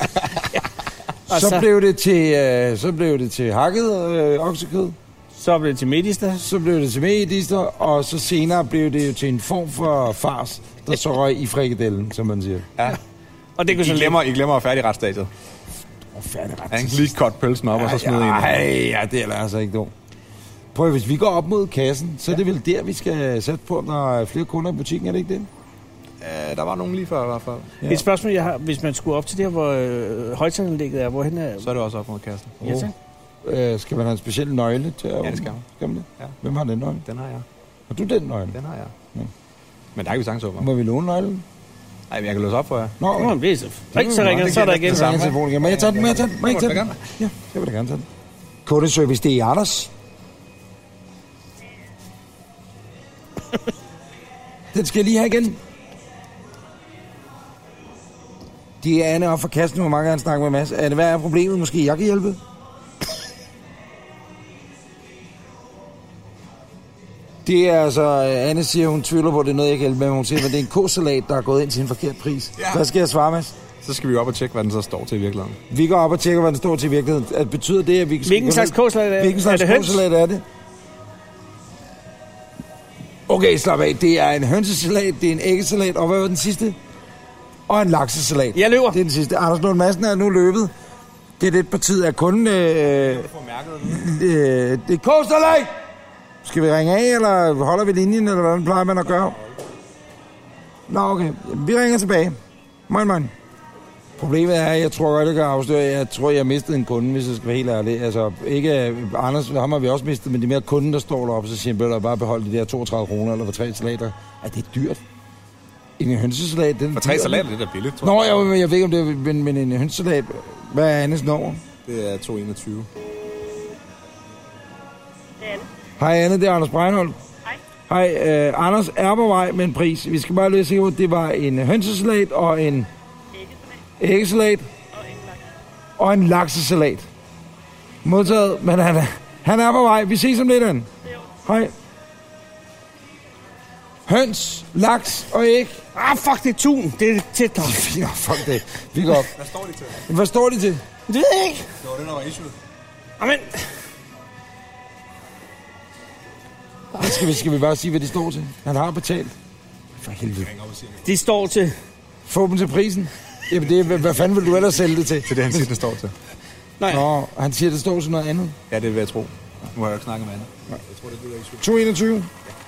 Så blev det til hakket oksekød. Så blev det til medister. Og så senere blev det jo til en form for fars, der så røg i frikadellen, som man siger. Ja. Og det I glemmer færdigretsstadiet. Lige kort pølsen op, og så smide ind. Ja, det er altså ikke dumt. Prøv, hvis vi går op mod kassen, så er det vel der, vi skal sætte på, når der er flere kunder i butikken, er det ikke det? Der var nogen lige før i hvert fald. Ja. Et spørgsmål, jeg har, hvis man skulle op til der, hvor højtalerlægget er, hvorhen er... Så er det også op mod kassen. Ja, tak. Skal man have en speciel nøgle til at... Ja, det skal man. Skal man det? Ja. Hvem har den nøgle? Den har jeg. Har du den nøgle? Den har jeg. Ja. Men der kan vi sagtens åbne. Må vi låne nøglen? Nej, men jeg kan løse op for jer. Nå, okay. Det er så. Ikke så ringer, så er der igen. Må jeg tage den? Ja, jeg vil da gerne tage den. Kundeservice, det er Anders. Den skal jeg lige have igen. Det er Anne op for kassen, hvor mange han snakker med Mads. Anne, hvad er problemet? Måske jeg kan hjælpe? Det er altså, Anne siger, hun tvivler på, at det er noget, jeg kan hjælpe med. Hun siger, at det er en k-salat, der er gået ind til en forkert pris. Ja. Hvad skal jeg svare, Mads? Så skal vi op og tjekke, hvad den så står til i virkeligheden. Vi går op og tjekker, hvad den står til i virkeligheden. Betyder det, at vi... Hvilken slags k-salat er det? Hvilken slags k-salat er det? Okay, slap af. Det er en hønsesalat, det er en æggesalat, og hvad var den sidste? Og en laksesalat. Jeg løber. Det er den sidste. Anders Lund Madsen er nu løbet. Det er det partiet af kunden... det er k-salat! Skal vi ringe af, eller holder vi linjen, eller hvordan plejer man at gøre? Nå, okay. Vi ringer tilbage. Moin. Problemet er, jeg tror godt, jeg kan afsløre, jeg tror, jeg har mistet en kunde, hvis jeg skal være helt ærlig. Altså, ikke Anders, ham har vi også mistet, men det er mere kunden, der står deroppe, så siger han, bare beholde de der 32 kroner, eller for 3 salater. Ja, det er dyrt. En hønsesalat, den... For 3 salater, det er da billigt, tror jeg. Nå, jeg ved ikke, om det er... Men en hønsesalat... Hvad er Annes nummer? Det er 2,21. Hej Anne, det er Anders Breinholt. Hej. Hej, Anders er på vej med en pris. Vi skal bare lige se, at det var en hønsesalat og en... Æggesalat. Og en laksesalat. Modtaget, men han er på vej. Vi ses om lidt, Anne. Hej. høns, laks og æg. Ah, fuck, det er tun. Det er tæt nok. Ja, fuck det. Vi går op. Hvad står de til? Hvad står de til? Det ved jeg ikke. Det var den, der var issued. Amen. Skal vi bare sige, hvad de står til? Han har betalt. For helvede. De står til... Få dem til prisen. Jamen, det er, hvad fanden vil du ellers sælge det til? Det er det, han siger, det står til. Nej. Nå, han siger, det står til noget andet. Ja, det vil jeg tro. Nu har jeg jo ikke snakket med Anne. Jeg tror, det er det, 221.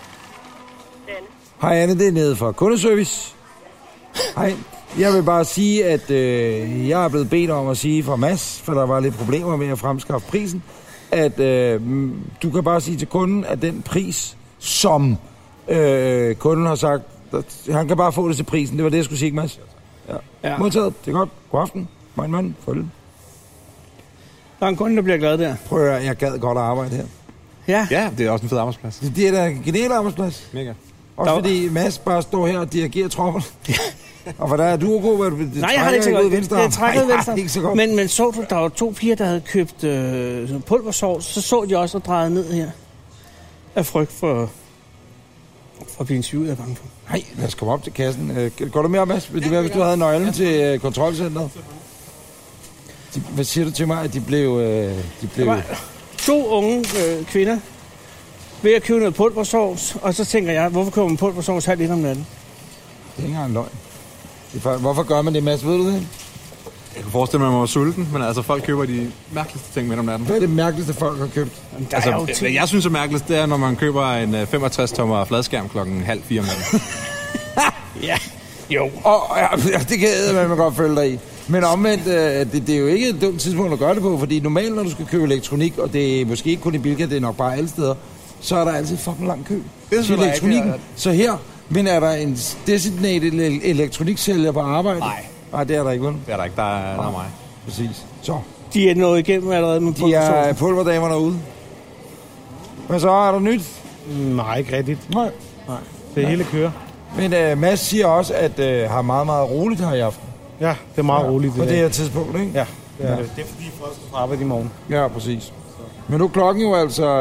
Hej Anne, det er nede fra kundeservice. Hej. Jeg vil bare sige, at jeg er blevet bedt om at sige fra Mads, for der var lidt problemer med at fremskaffe prisen, at du kan bare sige til kunden, at den pris, som kunden har sagt, han kan bare få det til prisen. Det var det, jeg skulle sige, Mads. Ja. Modtaget. Det er godt. God aften. Mein mand. Farvel. Der er en kunde, der bliver glad der. Prøv at høre, jeg gad godt at arbejde her. Ja. Ja, det er også en fed arbejdsplads. Det er da en genial arbejdsplads. Mega. Også fordi Mads bare står her og dirigerer troppen. Og for der er du god, hvor du Nej, jeg har det ikke så godt. Det trækker ud venstre. Ikke så godt. Men så du, der var 2 piger, der havde købt pulversovs, så de også og drejede ned her. Af frygt for at blive interviewet, jeg er bange for. Nej, lad os komme op til kassen. Går du med op, Mads? Vil det være, hvis du havde nøglen til kontrolcenteret? Hvad siger du til mig, at de blev... Der var 2 unge kvinder ved at købe noget pulversovs, og så tænker jeg, hvorfor køber man pulversovs halv lidt om natten? Det er ikke engang løgn. Hvorfor gør man det, Mads? Ved du det? Jeg kan forestille mig, at man var sulten, men altså folk køber de mærkeligste ting med om natten. Hvad er det mærkeligste, folk har købt? Altså, hvad jeg synes er mærkeligst, det er, når man køber en 65-tommer fladskærm klokken 3:30 om natten. Ja, jo. Og ja, det kan man godt følge dig i. Men omvendt, det er jo ikke et dumt tidspunkt at gøre det på, fordi normalt, når du skal købe elektronik, og det er måske ikke kun i Bilka, det er nok bare alle steder, så er der altid fucking lang kø til elektronikken. Så her, men er der en designated elektroniksælger på arbejde? Nej, det er der ikke, vel? Det er der ikke, der er mig. Præcis. Så. De er nået igennem allerede med pulversovs. De er pulverdamerne ude. Hvad så? Er der nyt? Nej, ikke rigtigt. Nej. Det hele kører. Men Mads siger også, at har meget, meget roligt her i aften. Ja, det er meget roligt. På det her tidspunkt, ikke? Ja. Det er fordi folk skal arbejde i morgen. Ja, præcis. Men nu er klokken jo altså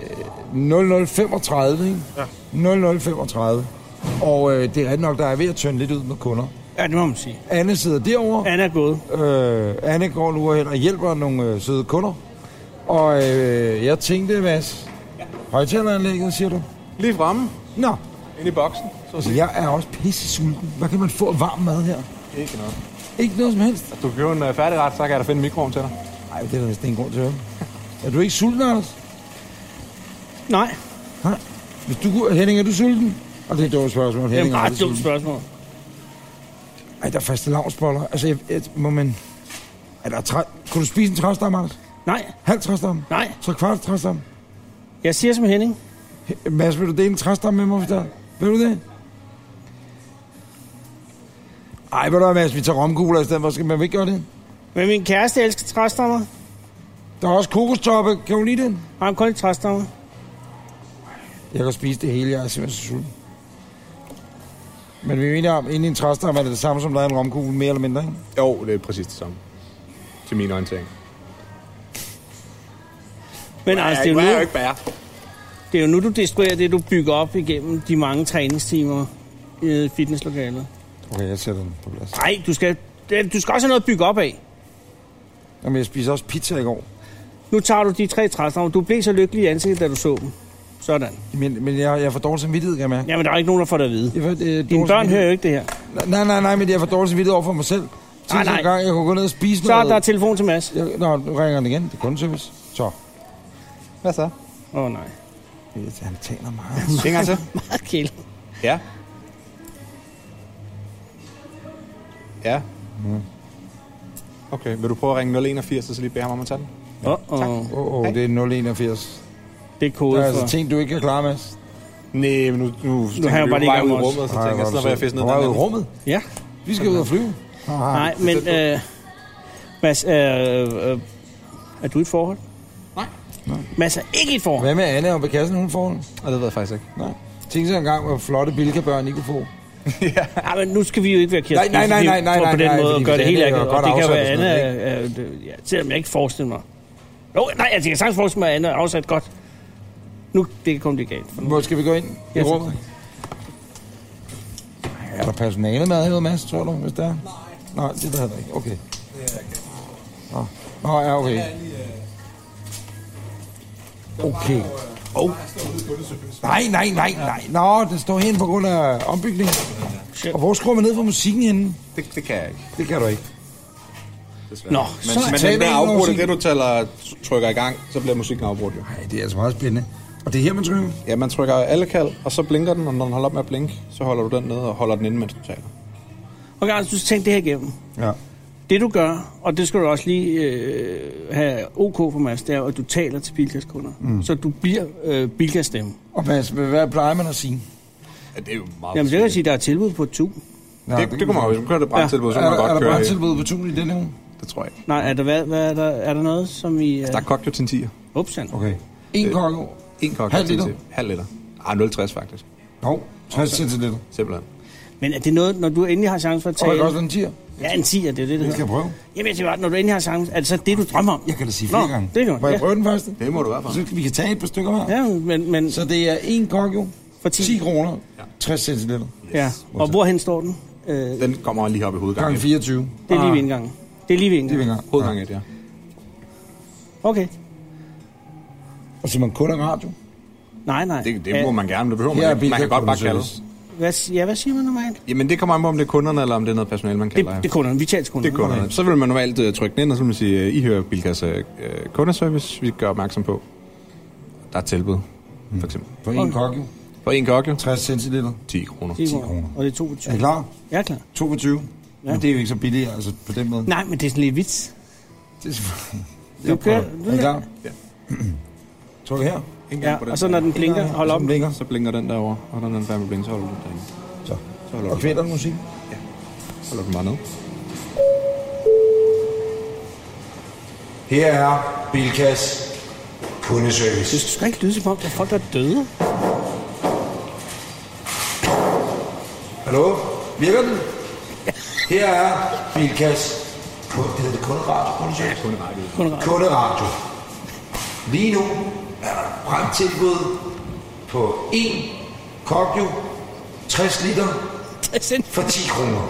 00:35, ikke? Ja. 00:35. Og det er rigtig nok, der er ved at tønde lidt ud med kunder. Ja, det må man sige. Anne sidder derovre. Anne er gået. Anne går nu hen og hjælper nogle søde kunder. Og jeg tænkte, Mads, højtaleranlægget, siger du? Lige fremme. Nå. Inde i boksen. Så jeg er også pisse sulten. Hvad kan man få varm mad her? Ikke noget. Ikke noget som helst? Du kan købe en færdigret, så kan jeg da finde en mikroovn til dig. Nej, det er der næsten ingen grund til at høre. Er du ikke sulten, Anders? Nej. Hvis du, Henning, er du sulten? Og det er et dumt spørgsmål. Det er bare et dumt spørgsmål. Ej, der er fastelavnsboller. Altså, må man... Kunne du spise en træstamme, Anders? Nej. Halv træstamme? Nej. 3/4 træstamme? Jeg siger som Henning. Mads, vil du dele en træstamme med mig, hvis der? Vil du det? Ej, ved du hvad, Mads, vi tager romkugler i stedet for. Skal man ikke gøre det? Men min kæreste elsker træstammer. Der er også kokostoppe. Kan du lide den? Har han kun træstammer? Jeg kan spise det hele. Jeg er simpelthen så sulten. Men vi er enige om, inde i en træstamme er det samme som der er en romkugle, mere eller mindre, ikke? Jo, det er præcis det samme. Til min orientering. Men altså, det er jo ikke bære. Det er jo nu, du destruerer det, du bygger op igennem de mange træningstimer i fitnesslokalet. Okay, jeg sætter den på plads. Nej, du skal også have noget at bygge op af. Jamen, jeg spiser også pizza i går. Nu tager du de 3 træstammer. Du blev så lykkelig i ansigtet, da du så dem. Sådan. Men jeg får dårlig samvittighed, kan jeg mærke. Jamen, der er ikke nogen, der får det at vide. Dine børn hører jo ikke det her. Nej, men jeg får dårlig samvittighed over for mig selv. Nej. Gang, jeg kunne gå ned og spise så noget. Så der er telefon til Mads. Nu ringer den igen. Det er kundeservice. Så. Hvad så? Nej. Han taler meget. Ingen til? Meget kæld. Ja. Ja. Okay, vil du prøve at ringe 081, og så lige bede ham om at tage den? Tak. Det er 081. Det er kode der er for... altså ting, du ikke kan klare, Mads. Nej, men nu har jeg bare lige ude i gang rummet, og så tænker jeg, så vil jeg fiske ned. Var i rummet? Ja. Vi skal ud og flyve. Nej, men Mads, er du i et forhold? Nej. Mads er ikke i et forhold. Hvad med Anne og Bekassen, hun får den? Og det ved jeg faktisk ikke. Nej. Tænk sig engang, hvor flotte Bilka-børn I kunne få. Ja, men nu skal vi jo ikke være kære. Nej, på den måde og gøre det helt andet. og det kan være Anne, selvom jeg ikke forestille mig. Jeg kan sagtens forestille mig, at Anne er afsat godt. Nu, det kan komme det galt. Hvor skal vi gå ind i rummet? Er der personale med herude, Mads, tror du, hvis der er? Nej, det er der ikke. Okay. Nå, ja, okay. Okay. Nej. Nå, det står hen på grund af ombygningen. Og hvor skruer man ned for musikken henne? Det kan jeg ikke. Det kan du ikke. Nå, men den der afbrudt, det du trykker i gang, så bliver musikken afbrudt jo. Nej, det er altså meget spændende. Og det er her, man trykker? Ja, man trykker alle kald, og så blinker den, og når den holder op med at blinke, så holder du den nede og holder den inde, mens du taler. Okay, altså du tænker det her igennem. Ja. Det du gør, og det skal du også lige have OK for Mads, det er, at du taler til Bilkas kunder. Så du bliver Bilkas stemme. Og Mads, hvad plejer man at sige? Ja, det er jo meget. Jamen det kan jeg sige, der er tilbud på 2. Ja, det kunne man jo. Hvis man kører det brandtilbud, så kan man godt køre. Er der brandtilbud på 2 i denne uge? Det tror jeg ikke. Nej, er der noget, som I... Altså, der er kogt jo til en 10'er. Upsand. Okay. En kokke. En kogt halv liter? Halv liter. 0,60 faktisk. Jo, 60 centiliter. Simpelthen. Men er det noget, når du endelig har chance for at tale... Og det også en 10'er? Ja, en 10'er, det er det, det Jeg skal prøve. Jamen, jeg siger, når du endelig har chance, er det så det, du drømmer om? Jeg kan da sige flere gange. Det er godt. Må jeg prøve den første? Det må du i hvert fald. Så vi kan tage et par stykker her. Ja, men... Så det er en kokke for 10 kroner, 60 centiliter. Ja, og hvorhen står den? Den kommer lige op i hovedgangen. Gang 24. Det er lige ved indgangen. Det er lige ved indgangen. Hovedgang 1, ja. Okay. Og så man kun er radio? Nej. Det må man gerne, det behøver man ikke. Man kan godt bare kalde. Hvad siger man normalt? Jamen, det kommer an på, om det er kunderne, eller om det er noget personale, man kalder. Det er kunderne. Vi taler til kunderne. Det er kunderne. Så vil man normalt trykke den ind, og så vil man sige, I hører Bilkas kundeservice. Vi gør opmærksom på, der er tilbud, for eksempel. For en kokke? For en kokke. 60 centiliter. 10 kroner. 10 kroner. Og det er 22. Er I klar? Jeg er klar. 22. Ja. Men det er jo ikke så billigt, altså på den måde. Nej, men det er sådan lidt vits. Det er selvfølgelig... Er I klar? Ja. Tryk her. Ja, og så når den blinker, hold op. Så blinker den derovre, og når den er færdig med blinke, så holder du den derinde. Så holder og kvæler den musik? Ja. Holder den bare ned. Her er Bilkas kundeservice. Det skal ikke lyde som om, der er folk, der er døde. Hallo? Virker den? Her er Bilkas kunderadio. Lige nu er der brandtilbud på 1 kokjo 60 liter for 10 kroner.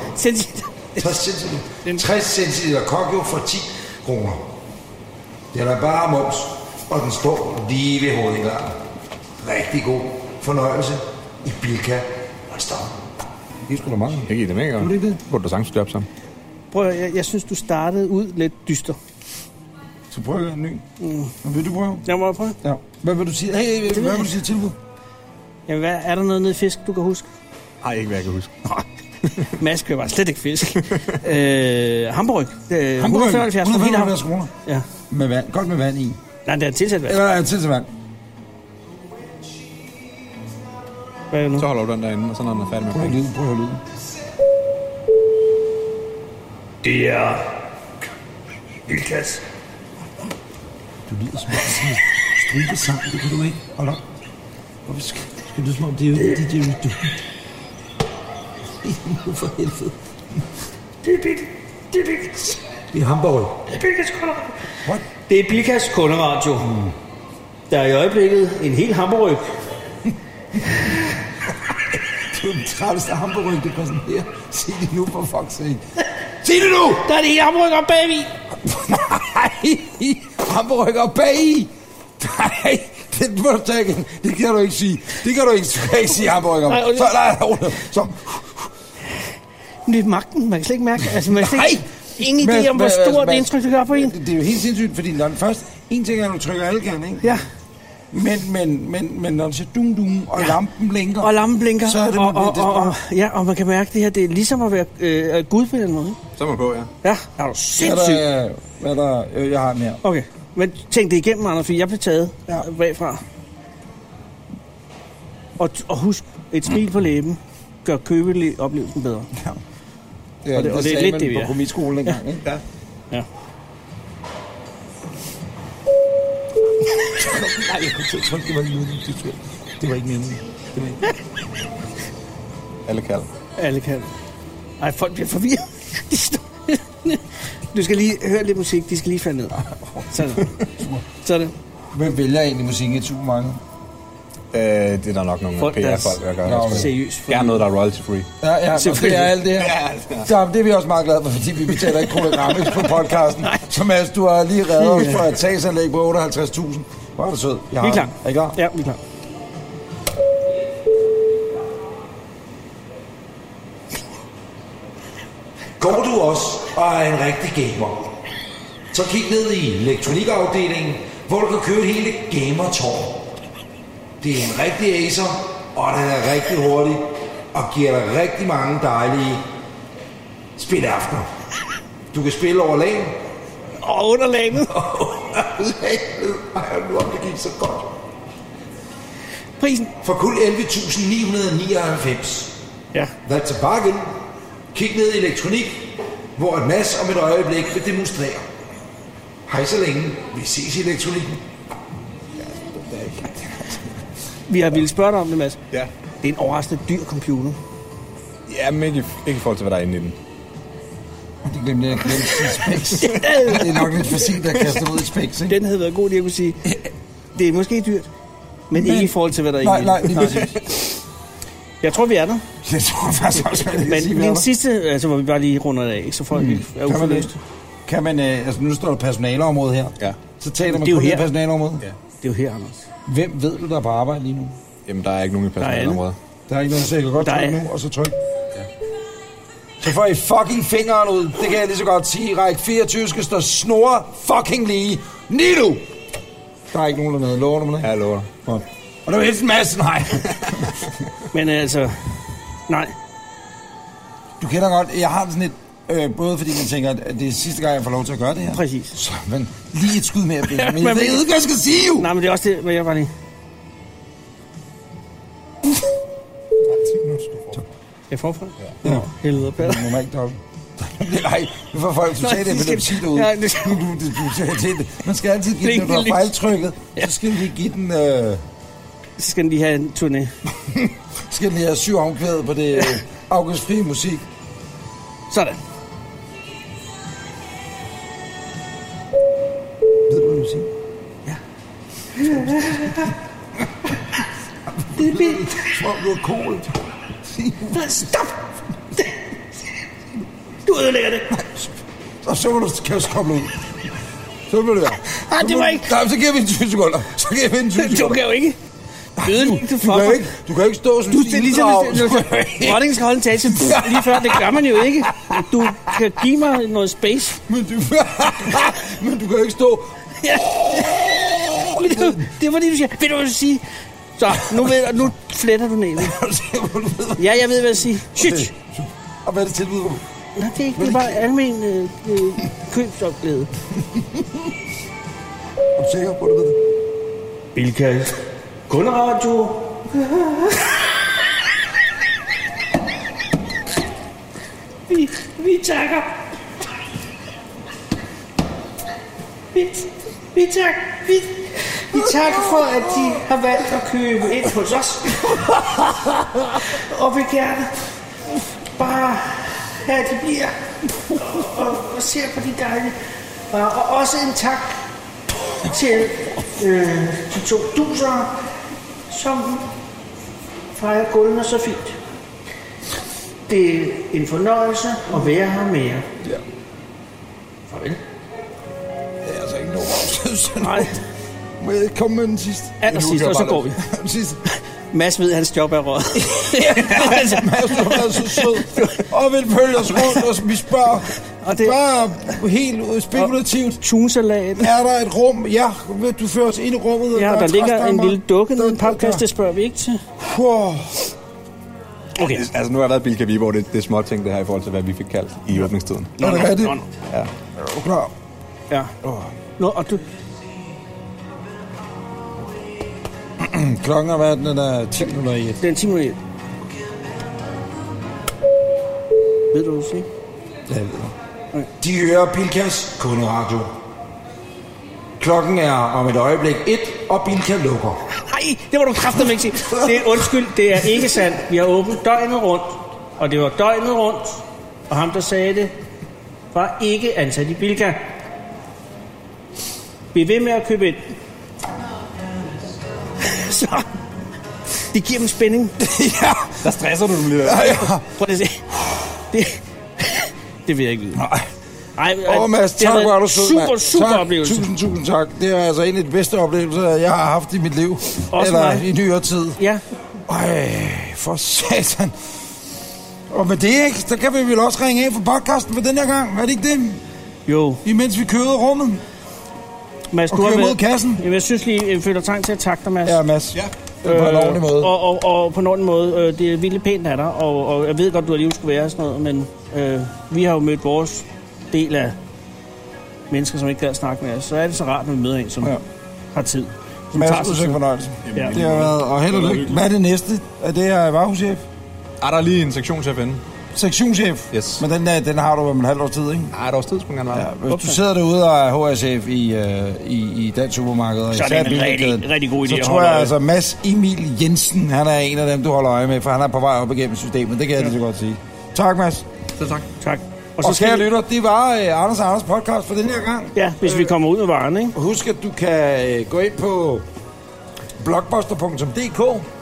60 centiliter kokjo for 10 kroner. Det er der bare moms, og den står lige ved hovedindgangen. Rigtig god fornøjelse i Bilka restaurant. Det er sgu da mange. Jeg giver det med, og det burde du sagtens job sammen. Prøv, jeg synes, du startede ud lidt dyster. Så prøv en ny. Vil du prøve? Jeg må prøve. Ja. Hvad vil du sige? Hey, hvad vil du sige tilbud? Jamen, er der noget nede i fisk, du kan huske? Nej, ikke hvad jeg kan huske. Mads køber bare slet ikke fisk. Hamburg. 175 kroner. Ja. Med vand. Godt med vand i. Nej, det er tilsat vand. Eller tilsat vand. Hvad er det nu? Så holder du den derinde, og så når den er færdig med prøv at høre lyden. Det er Bilkas. Du lyder som en stribesang, det kan du ikke. Hold op. Hvorfor skal du lyde som om, det er jo ikke DJ du. Nu for helvede. Det er Bilkas. Det er Hamburg. Det er Bilkas kunderadio. What? Det er Bilkas kunderadio. Der er i øjeblikket en hel hamburg. Du er den trætteste hamburg, du præsenterer. Sig det nu, for fuck's sake. Sig det nu! Der er det hele hamburger bagved. Nej, hamburger bagi. Nej, det må du tage igen. Det kan du ikke sige. Det kan du ikke sige, hamburger. Så. Men det er magten, man kan slet ikke mærke. Altså, man kan ikke... Ingen idé om, hvor stort indtryk det gør på en. Det er jo helt sindssygt, fordi når den først... En ting er, at du trykker alle gerne, ikke? Ja. Men når den siger dung, og lampen blinker... Og lampen blinker, så er det og man kan mærke, det her, det er ligesom at være Gud på den måde. Så er man på, ja. Ja, er du sindssygt. Hvad der... Jeg har den her. Okay, men tænk det igennem, Anders, fordi jeg blev taget bagfra. Og husk, et smil på læben gør købeoplevelsen bedre. Ja. Og det er lidt det, vi er. På komiskolen engang, ikke? Ja. Nej, jeg tror det var ikke lyden. Det var ikke meningen. Alle kan. Ej, folk bliver forvirret. Du skal lige høre lidt musik. De skal lige falde ned. Sådan. Hvem vælger egentlig musikken i Supermarked? Det er der nok nogle PR-folk, der gør. Seriøst. Gerne noget, der er royalty-free. Ja, og det er alt det her. Ja, det er vi også meget glade for, fordi vi betaler ikke kronogrammigt på podcasten. Så Mads, du har lige reddet os for et sagsanlæg på 58.000. Hvor er du sød. Vi er klar. Er I klar? Ja, vi er klar. Går du også og er en rigtig gamer, så kig ned i elektronikafdelingen, hvor du kan købe et hele gamertårn. Det er en rigtig Acer, og den er rigtig hurtig, og giver dig rigtig mange dejlige spilaftener. Du kan spille over LAN. Og under lanet. Ej, nu om det gik så godt. Prisen? For kun 11.999. Ja. That's a bargain. Kig ned i elektronik, hvor et Mads om et øjeblik vil demonstrere. Hej så længe. Vi ses i elektronikken. Vi har ville spørge dig om det, Mads. Ja. Det er en overraskende dyr computer. Ja, men ikke i forhold til, hvad der er inde i den. Det glemte jeg specs. Det er nok lidt for sent at kaste ud i specs, ikke? Den havde været god, jeg kunne sige. Det er måske dyrt, men ikke i forhold til, hvad der er inde i den. Nej. Jeg tror, vi er der. Jeg tror faktisk også, men den sidste, altså hvor vi bare lige runder det af, ikke? Så folk er uforløst. Kan man, altså nu står der personaleområde her. Ja. Så taler man kun i personaleområdet. Ja. Det er jo her, Anders. Hvem ved du, der er på arbejde lige nu? Jamen, der er ikke nogen i personaleområdet. Der er ikke nogen, så jeg kan godt trykke nu, og så tryk. Ja. Så får I fucking fingeren ud. Det kan jeg lige så godt sige. Række 24 skal stå snore fucking lige. Nidu! Der er ikke nogen dernede. Lover du mig det? Ja, jeg lover. Godt. Og det var helt en masse, nej. Men altså, nej. Du kender godt, jeg har sådan et, både fordi man tænker, at det er sidste gang, jeg får lov til at gøre det her. Præcis. Så, men lige et skud mere, men jeg ved ikke, hvad jeg skal sige jo. Nej, men det er også det, hvad jeg bare lige. Jeg forfra? Ja. Helvede, Peter. Det må ikke dobbelt. Nej, nu får folk totalt det, men sige det ud. Ja, man skal altid give den, når du har fejltrykket, så skal de give den... Så skal den lige have en turné. Skal den lige have 7 omkvædet på det afgiftsfrie musik. Sådan. Ved du, hvad du siger? Ja. Det er vildt. Som om du er cool. Stop! Du ødelægger det. Og så må du koble ud. Så må det være. Nej, det var ikke... Nej, så giver vi en 20 sekunder. Du kan jo ikke... Du kan ikke stå som en dronningen skal holde en tale lige før. Det gør man jo ikke. Du kan give mig noget space. Men du kan ikke stå... Ja. Det var det, du siger. Ved du, hvad du siger? Så, nu fletter du nælen. Ja, jeg ved, hvad jeg siger. Shit. Og hvad er det tilbud på? Nej, det er ikke. Det er bare almen købsopglæde. Er du sikker på, at du ved det? Bilka. Kunderadio. Vi takker. Vi takker for, at de har valgt at købe ind hos os. Og vil gerne bare have, at de bliver og ser på de dejlige. Og også en tak til de 2 duser, som fejrer gulvene så fint. Det er en fornøjelse at være her med jer. Ja. Farvel. Det er altså ikke nogen. Nej. Må jeg komme med den sidste? Allersidst, og så går vi. Mads ved, at hans job er røget. Mads, du har været så sød. Og vil følge os rundt, og vi spørger. Og det bare helt spekulativt. Tunsalat. Er der et rum? Ja, du fører os ind i rummet. Ja, der ligger en lille dukke nede i en papkasse, det spørger vi ikke til. Okay. Altså, nu har der været Bilka Viborg, det er små ting, det her i forhold til, hvad vi fik kaldt i åbningstiden. Nå, det er det? Ja. Er du klar? Ja. Nå, og du... Klokken er hvad? Den er 10 minutter i. Den er 10 minutter i. Ved du, hvad du siger? Ja, jeg ved det. Okay. De hører Bilkas kunderadio. Klokken er om et øjeblik 1, og Bilka lukker. Nej, det var du kraftedeme ikke sige. Det er undskyld, det er ikke sandt. Vi har åbent døgnet rundt, og det var døgnet rundt, og ham, der sagde det, var ikke ansat i Bilka. Bliv ved med at købe ind. Så, det giver dem spænding. Ja. Der stresser du dem lidt. Ja. Prøv at se. Det vil jeg ikke vide. Nej. Nej, Mads, tak, hvor er du sød, mand. Super tak, oplevelse. Tusind tak. Det er altså en af de bedste oplevelser, jeg har haft i mit liv. Også eller mig. i nyere tid. Ja. For satan. Og med det, ikke, så kan vi vel også ringe af for podcasten for den her gang. Er det ikke det? Jo. Imens vi kører rummet. Mads, og kører mod kassen. Jeg synes lige, jeg føler trang til at takke dig, Mads. Ja, Mads. Ja. På en ordentlig måde. Og på en ordentlig måde. Det er virkelig pænt af dig, og jeg ved godt, du alligevel skulle være sådan noget, men vi har jo mødt vores del af mennesker, som ikke kan snakke med os. Så er det så rart, når vi møder en, som har tid. Mads, udsøg fornøjelse. Ja. Det har været, og held og lykke. Hvad er det næste? Er det her varehuschef? Er der lige en sektionschef inde? Sektionschef? Yes. Men den har du om en halv års tid, ikke? Nej, et års tid skulle gerne være. Ja, hvis du sidder derude og er HR-chef i dansk supermarked, så er det en rigtig god idé så tror jeg altså, Mads Emil Jensen, han er en af dem, du holder øje med, for han er på vej op igennem systemet. Det kan jeg lige så godt sige. Tak, Mads. Selv tak. Tak. Og så skal jeg lytte, det var Anders podcast for den her gang. Ja, hvis vi kommer ud af varen, ikke? Husk, at du kan gå ind på blockbuster.dk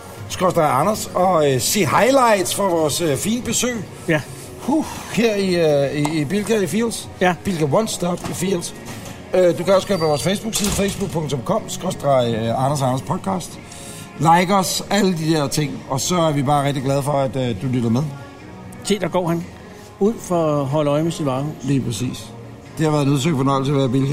Anders og se highlights fra vores fine besøg. Ja. Her i Bilka i Fields. Ja. Bilka One Stop i Fields. Du kan også gå på vores Facebook-side, facebook.com/Anders podcast. Like os, alle de der ting. Og så er vi bare rigtig glade for, at du lytter med. Se, der går han ud for at holde øje med sit varehus. Lige præcis. Det har været en udsøgt fornøjelse at være Bilka.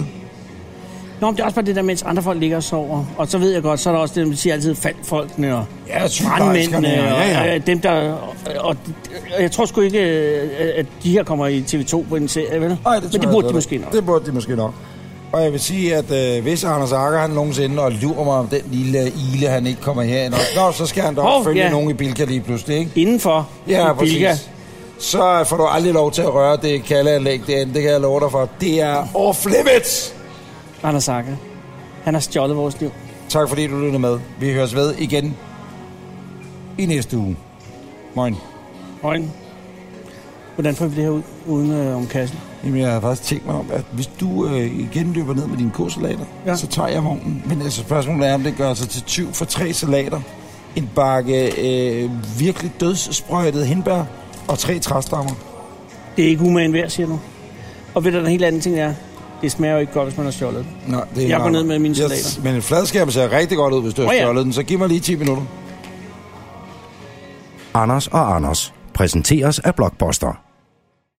Nå, men det er også bare det der, mens andre folk ligger og sover. Og så ved jeg godt, så er der også det, man siger altid faldfolkene og brandmændene og dem, der... Og jeg tror sgu ikke, at de her kommer i TV2 på en serie, vel? Nej, men det burde de måske nok. Det burde de måske nok. Og jeg vil sige, at hvis Anders Akker, han nogensinde og lurer mig om den lille ile, han ikke kommer herind. Nå, så skal han da følge nogen i Bilka lige pludselig, ikke? Indenfor. Ja, præcis. Bilka. Så får du aldrig lov til at røre det kaldeanlæg derinde, det kan jeg love dig for. Det er off limits! Anders Akker. Han har stjålet vores liv. Tak fordi du lyttede med. Vi høres ved igen i næste uge. Moin. Moin. Hvordan får vi det her ud uden om kassen? Jamen, jeg har faktisk tænkt mig om, at hvis du igen løber ned med dine k-salater, så tager jeg vognen. Men altså, spørgsmålet er, om det gør sig til 20 for 3 salater, en bakke virkelig dødssprøjtet hindbær og 3 træstammer. Det er ikke umagen værd, siger du. Og ved du, den helt anden ting er, det smager jo ikke godt, hvis man har stjålet den. Nå, det er jeg går ned med mine salater. Men en fladskærm ser rigtig godt ud, hvis du har stjålet den, så giv mig lige 10 minutter. Anders og Anders præsenteres af Blockbuster.